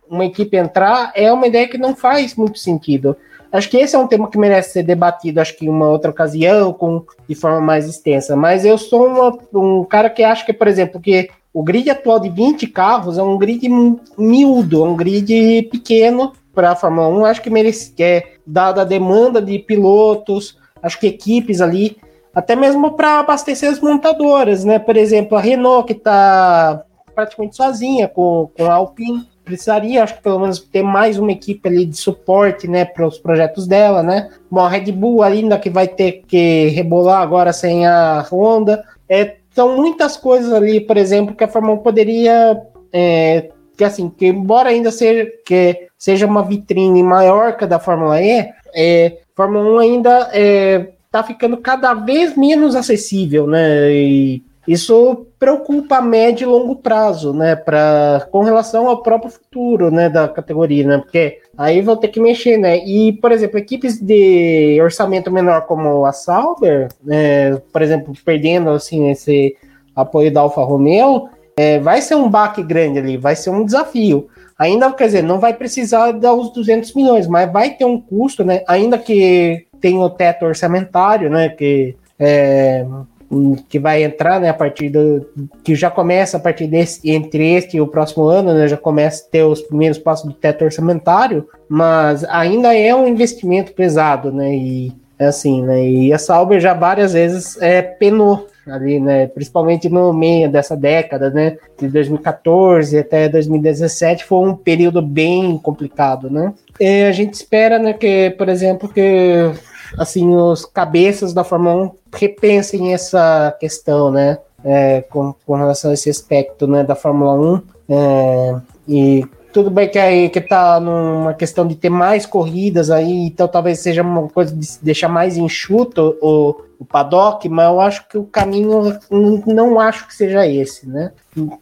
uma equipe entrar é uma ideia que não faz muito sentido. Acho que esse é um tema que merece ser debatido, acho que em uma outra ocasião, com, de forma mais extensa. Mas eu sou uma, um cara que acha que, por exemplo, que o grid atual de vinte carros é um grid miúdo, um grid pequeno para a Fórmula um. Acho que merece, é, dada a demanda de pilotos, acho que equipes ali, até mesmo para abastecer as montadoras, né? Por exemplo, a Renault, que está praticamente sozinha com, com a Alpine, precisaria, acho que pelo menos ter mais uma equipe ali de suporte, né, para os projetos dela, né? Bom, a Red Bull ainda que vai ter que rebolar agora sem a Honda. É, são muitas coisas ali, por exemplo, que a Fórmula um poderia, é, que assim, que embora ainda seja, que seja uma vitrine maior que a da Fórmula E, é, a Fórmula um ainda está é, ficando cada vez menos acessível, né? E isso preocupa a médio e longo prazo, né, pra, com relação ao próprio futuro, né, da categoria, né, porque aí vão ter que mexer, né, e, por exemplo, equipes de orçamento menor como a Sauber, né, por exemplo, perdendo, assim, esse apoio da Alfa Romeo, é, vai ser um baque grande ali, vai ser um desafio. Ainda, quer dizer, não vai precisar dar os duzentos milhões, mas vai ter um custo, né, ainda que tenha o teto orçamentário, né, que é... que vai entrar, né, a partir do... que já começa a partir desse, entre este e o próximo ano, né, já começa a ter os primeiros passos do teto orçamentário, mas ainda é um investimento pesado, né, e assim, né, e a Sauber já várias vezes é, penou ali, né, principalmente no meio dessa década, né, de dois mil e catorze até dois mil e dezessete foi um período bem complicado, né. E a gente espera, né, que, por exemplo, que assim, os cabeças da Fórmula um repensem essa questão, né, é, com, com relação a esse aspecto, né, da Fórmula um, é, e tudo bem que aí que tá numa questão de ter mais corridas aí, então talvez seja uma coisa de deixar mais enxuto o, o paddock, mas eu acho que o caminho, não, não acho que seja esse, né,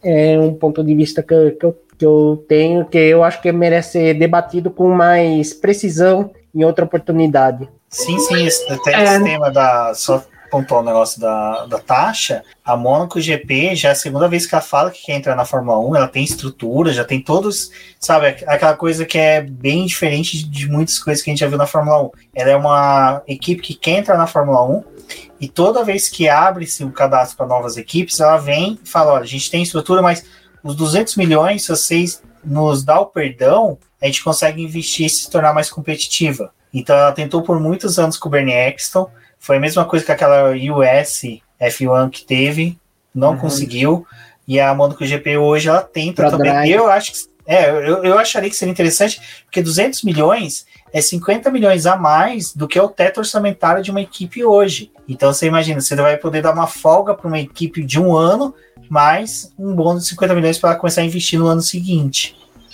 é um ponto de vista que eu, que eu, que eu tenho, que eu acho que merece ser debatido com mais precisão em outra oportunidade. Sim, sim, esse, até é. esse tema da... Só pontuar o negócio da, da taxa, a Mônaco G P já é a segunda vez que ela fala que quer entrar na Fórmula um, ela tem estrutura, já tem todos, sabe, aquela coisa que é bem diferente de muitas coisas que a gente já viu na Fórmula um. Ela é uma equipe que quer entrar na Fórmula um e toda vez que abre-se o cadastro para novas equipes, ela vem e fala, olha, a gente tem estrutura, mas os duzentos milhões, se vocês nos dão o perdão, a gente consegue investir e se tornar mais competitiva. Então ela tentou por muitos anos com o Bernie Eccleston, foi a mesma coisa que aquela U S F um que teve, não uhum. conseguiu, e a Mônaco G P hoje ela tenta pra também. Drive. Eu acho que é, eu, eu acharia que seria interessante, porque duzentos milhões é cinquenta milhões a mais do que é o teto orçamentário de uma equipe hoje. Então você imagina, você vai poder dar uma folga para uma equipe de um ano, mais um bônus de cinquenta milhões para ela começar a investir no ano seguinte.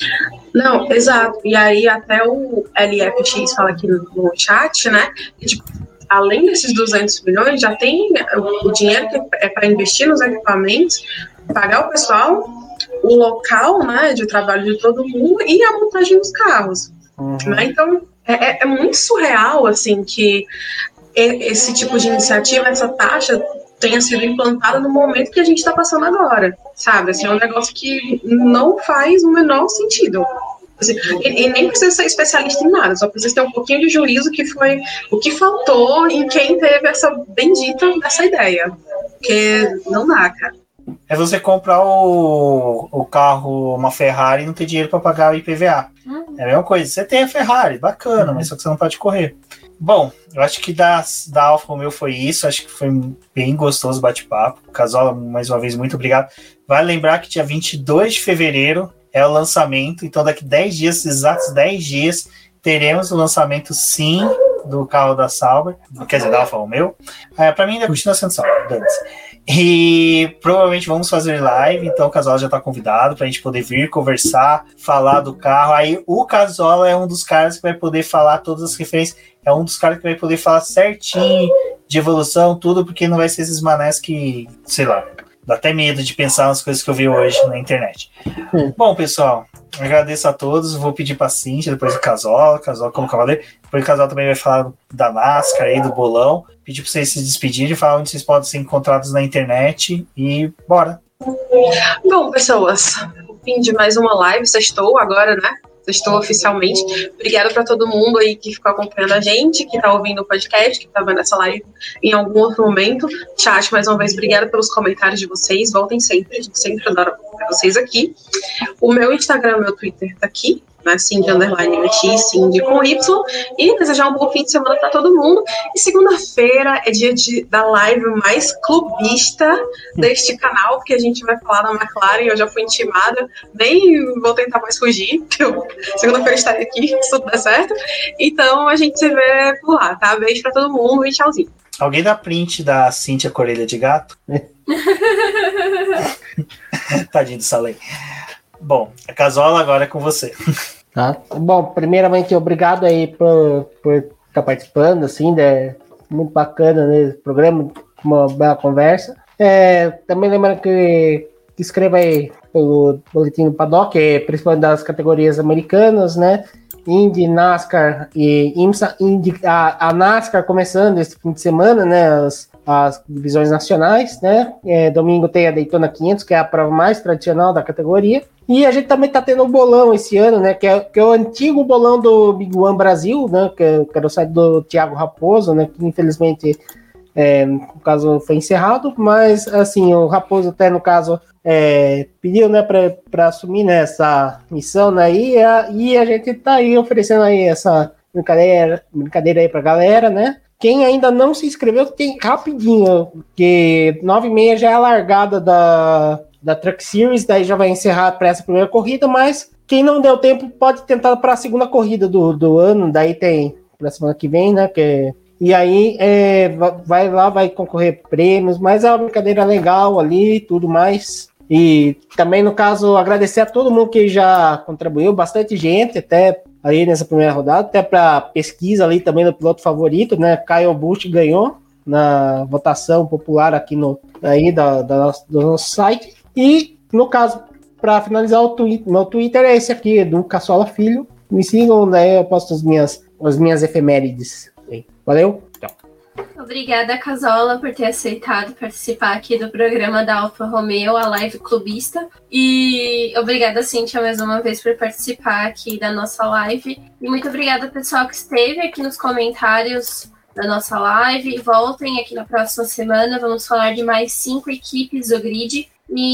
Não, exato. E aí até o L F X fala aqui no, no chat, né? Que, tipo, além desses duzentos milhões, já tem o, o dinheiro que é para investir nos equipamentos, pagar o pessoal, o local, né, de trabalho de todo mundo e a montagem dos carros. Uhum. Né? Então, é, é muito surreal, assim, que esse tipo de iniciativa, essa taxa tenha sido implantada no momento que a gente está passando agora, sabe? Assim, é um negócio que não faz o menor sentido. Assim, e, e nem precisa ser especialista em nada, só precisa ter um pouquinho de juízo, que foi o que faltou em quem teve essa bendita dessa ideia. Porque não dá, cara. É você comprar o, o carro, uma Ferrari, e não ter dinheiro para pagar o I P V A. Hum. É a mesma coisa. Você tem a Ferrari, bacana, hum. mas só que você não pode correr. Bom, eu acho que da, da Alfa Romeo foi isso. Acho que foi bem gostoso o bate-papo. Casola, mais uma vez, muito obrigado. Vale lembrar que dia vinte e dois de fevereiro é o lançamento. Então, daqui dez dias, exatos dez dias, teremos o lançamento, sim, do carro da Sauber. Quer dizer, da Alfa Romeo. É, para mim, ainda continua sendo Sauber, antes. E provavelmente vamos fazer live, então o Casola já está convidado para a gente poder vir conversar, falar do carro. Aí o Casola é um dos caras que vai poder falar todas as referências, é um dos caras que vai poder falar certinho de evolução, tudo, porque não vai ser esses manés que, sei lá, dá até medo de pensar nas coisas que eu vi hoje na internet. Hum. Bom, pessoal, agradeço a todos. Vou pedir para a Cíntia, depois o Casola, Casola como cavaleiro. Depois o Casola também vai falar da NASCAR aí, do bolão. Pedir para vocês se despedirem, falar onde vocês podem ser encontrados na internet e bora. Bom, pessoas, fim de mais uma live. Sextou agora, né? Sextou oficialmente. Obrigada para todo mundo aí que ficou acompanhando a gente, que tá ouvindo o podcast, que tá vendo essa live em algum outro momento. Chat, mais uma vez, obrigada pelos comentários de vocês. Voltem sempre, a gente sempre adora vocês aqui. O meu Instagram, meu Twitter tá aqui, né? Cindy underline M X, Cindy com Y. E desejar um bom fim de semana para todo mundo. E segunda-feira é dia de, da live mais clubista deste canal, porque a gente vai falar da McLaren. Eu já fui intimada, nem vou tentar mais fugir. Eu, segunda-feira estarei aqui, se tudo der certo. Então a gente se vê por lá, tá? Beijo para todo mundo e tchauzinho. Alguém dá print da Cíntia com orelha de gato? Tadinho do Salem. Bom, a Casola agora é com você. Tá. Bom, primeiramente, obrigado aí por, por estar participando, assim, né? Muito bacana, né? Esse programa, uma bela conversa. É, também lembrando que, que escreva aí pelo Boletim do Paddock, principalmente das categorias americanas, né? Indy, NASCAR e IMSA. Indy, a, a NASCAR começando esse fim de semana, né? As, as divisões nacionais, né? É, domingo tem a Daytona quinhentos, que é a prova mais tradicional da categoria. E a gente também tá tendo o bolão esse ano, né? Que é, que é o antigo bolão do Big One Brasil, né? Que, é, que era o site do Thiago Raposo, né? Que infelizmente, é, no caso, foi encerrado. Mas, assim, o Raposo até, no caso, é, pediu, né? Para assumir, né, essa missão, né? E a, e a gente tá aí oferecendo aí essa brincadeira, brincadeira aí pra galera, né? Quem ainda não se inscreveu, tem rapidinho, porque nove e meia já é a largada da... da Truck Series, daí já vai encerrar para essa primeira corrida, mas quem não deu tempo pode tentar para a segunda corrida do, do ano, daí tem para a semana que vem, né? Que, e aí é, vai lá, vai concorrer prêmios, mas é uma brincadeira legal ali, tudo mais. E também, no caso, agradecer a todo mundo que já contribuiu, bastante gente, até aí nessa primeira rodada, até para pesquisa ali também do piloto favorito, né? Kyle Busch ganhou na votação popular aqui no, aí da, da, do nosso site. E, no caso, para finalizar, o tweet, meu Twitter é esse aqui, do Cassola Filho. Me sigam, daí eu posto as minhas, as minhas efemérides. Valeu? Tchau. Obrigada, Casola, por ter aceitado participar aqui do programa da Alfa Romeo, a live clubista. E obrigada, Cíntia, mais uma vez por participar aqui da nossa live. E muito obrigada, pessoal, que esteve aqui nos comentários da nossa live. Voltem aqui na próxima semana, vamos falar de mais cinco equipes do grid.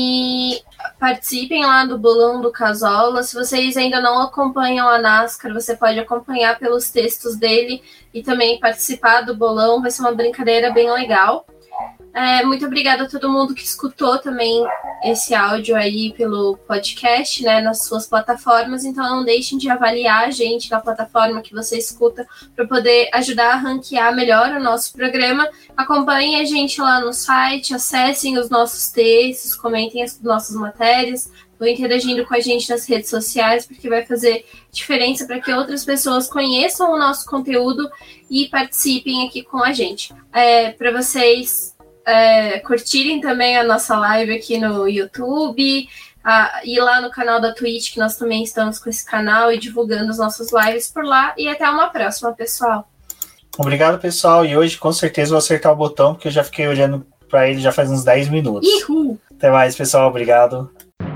E participem lá do bolão do Casola. Se vocês ainda não acompanham a NASCAR, você pode acompanhar pelos textos dele e também participar do bolão. Vai ser uma brincadeira bem legal. É, muito obrigada a todo mundo que escutou também esse áudio aí pelo podcast, né, nas suas plataformas. Então não deixem de avaliar a gente na plataforma que você escuta para poder ajudar a ranquear melhor o nosso programa. Acompanhem a gente lá no site, acessem os nossos textos, comentem as nossas matérias, vão interagindo com a gente nas redes sociais, porque vai fazer diferença para que outras pessoas conheçam o nosso conteúdo e participem aqui com a gente. É, para vocês É, curtirem também a nossa live aqui no YouTube, a, ir lá no canal da Twitch, que nós também estamos com esse canal e divulgando as nossas lives por lá. E até uma próxima, pessoal. Obrigado, pessoal. E hoje, com certeza, vou acertar o botão, porque eu já fiquei olhando para ele já faz uns dez minutos. Ihu! Até mais, pessoal. Obrigado.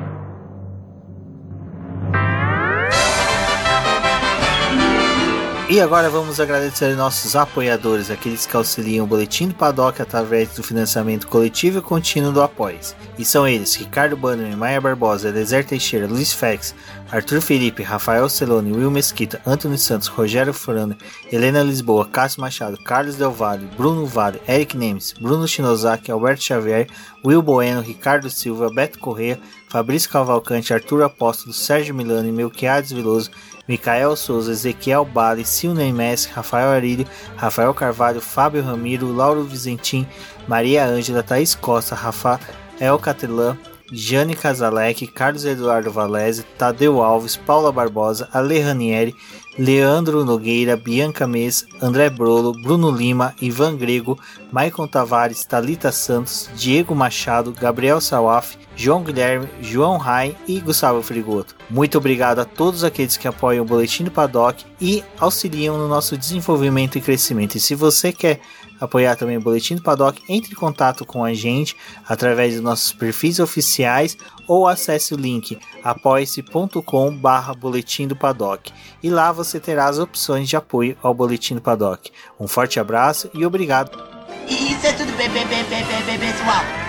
E agora vamos agradecer nossos apoiadores, aqueles que auxiliam o Boletim do Paddock através do financiamento coletivo e contínuo do Apoia-se. E são eles: Ricardo Bannerman, Maia Barbosa, Eliezer Teixeira, Luiz Fex, Arthur Felipe, Rafael Celone, Will Mesquita, Antônio Santos, Rogério Furano, Helena Lisboa, Cássio Machado, Carlos Del Valle, Bruno Vale, Eric Nemes, Bruno Shinozaki, Alberto Xavier, Will Bueno, Ricardo Silva, Beto Corrêa, Fabrício Cavalcante, Arthur Apóstolo, Sérgio Milano, Melquiades Veloso, Micael Souza, Ezequiel Bale, Silney Messi, Rafael Arilho, Rafael Carvalho, Fábio Ramiro, Lauro Vizentim, Maria Ângela, Thaís Costa, Rafael Catelã, Jane Casalec, Carlos Eduardo Valese, Tadeu Alves, Paula Barbosa, Ale Ranieri, Leandro Nogueira, Bianca Mês, André Brolo, Bruno Lima, Ivan Grego, Maicon Tavares, Thalita Santos, Diego Machado, Gabriel Sawaf, João Guilherme, João Rai e Gustavo Frigoto. Muito obrigado a todos aqueles que apoiam o Boletim do Paddock e auxiliam no nosso desenvolvimento e crescimento. E se você quer apoiar também o Boletim do Paddock, entre em contato com a gente através dos nossos perfis oficiais ou acesse o link apoia-se ponto com barra Boletim do Paddock e lá você terá as opções de apoio ao Boletim do Paddock. Um forte abraço e obrigado. Isso é tudo bem, bem, bem, bem, bem, pessoal.